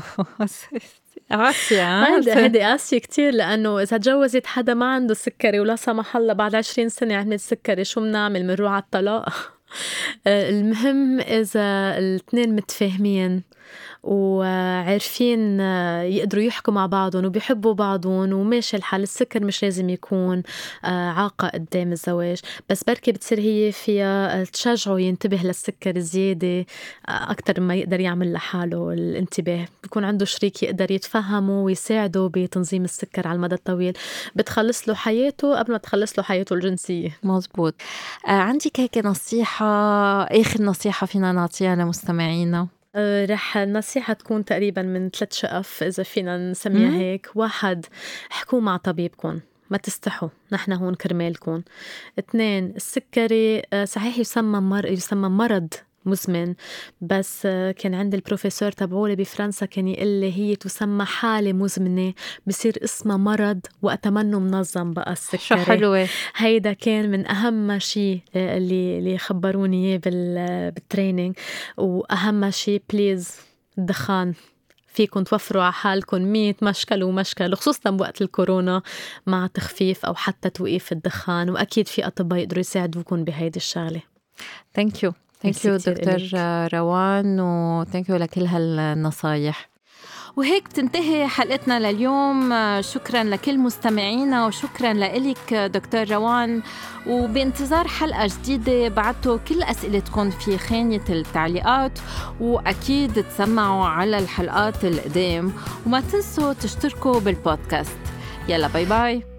آسيا هذه آسيا كتير، لأنه إذا تجوزت حدا ما عنده سكري ولا سمح الله بعد عشرين سنة عملت سكري، شو منعمل؟ منروح على الطلاق. المهم إذا الاثنين متفاهمين وعارفين يقدروا يحكوا مع بعضهم وبيحبوا بعضهم وماشي الحال، السكر مش لازم يكون عاقة قدام الزواج، بس بركي بتصير هي فيها تشجعه ينتبه للسكر زيادة أكتر ما يقدر يعمل لحاله الانتباه. بيكون عنده شريك يقدر يتفهمه ويساعده بتنظيم السكر على المدى الطويل، بتخلص له حياته قبل ما تخلص له حياته الجنسية. مزبوط. آه عندك هيك نصيحة، آخر نصيحة فينا نعطيها لمستمعينا؟ أه رح النصيحة تكون تقريبا من ثلاث شقف إذا فينا نسميها مم. هيك. واحد، حكوا مع طبيبكم، ما تستحوا، نحن هون كرمالكم. اثنين، السكري صحيح يسمى مر... يسمى مرض مزمن، بس كان عند البروفيسور تبعولي بفرنسا كان يقول لي هي تسمى حالة مزمنة، بصير اسمها مرض وأتمنى منظم بقى السكري. شو حلوة. هيدا كان من أهم شيء اللي اللي خبروني إياه بالتريننج. وأهم شيء بليز الدخان، فيكن توفروا على حالكم مية مشكل ومشكل، خصوصا بوقت الكورونا مع تخفيف أو حتى توقيف الدخان، وأكيد في أطباء يقدروا يساعدوكم بهيدي الشغلة. Thank you. ثانك يو دكتور روان، وثانك يو لكل هالنصايح. وهيك بتنتهي حلقتنا لليوم. شكرا لكل مستمعينا وشكرا لإلك دكتور روان، وبانتظار حلقة جديدة. بعتوا كل أسئلتكم في خانة التعليقات، وأكيد تسمعوا على الحلقات القدام، وما تنسوا تشتركوا بالبودكاست. يلا باي باي.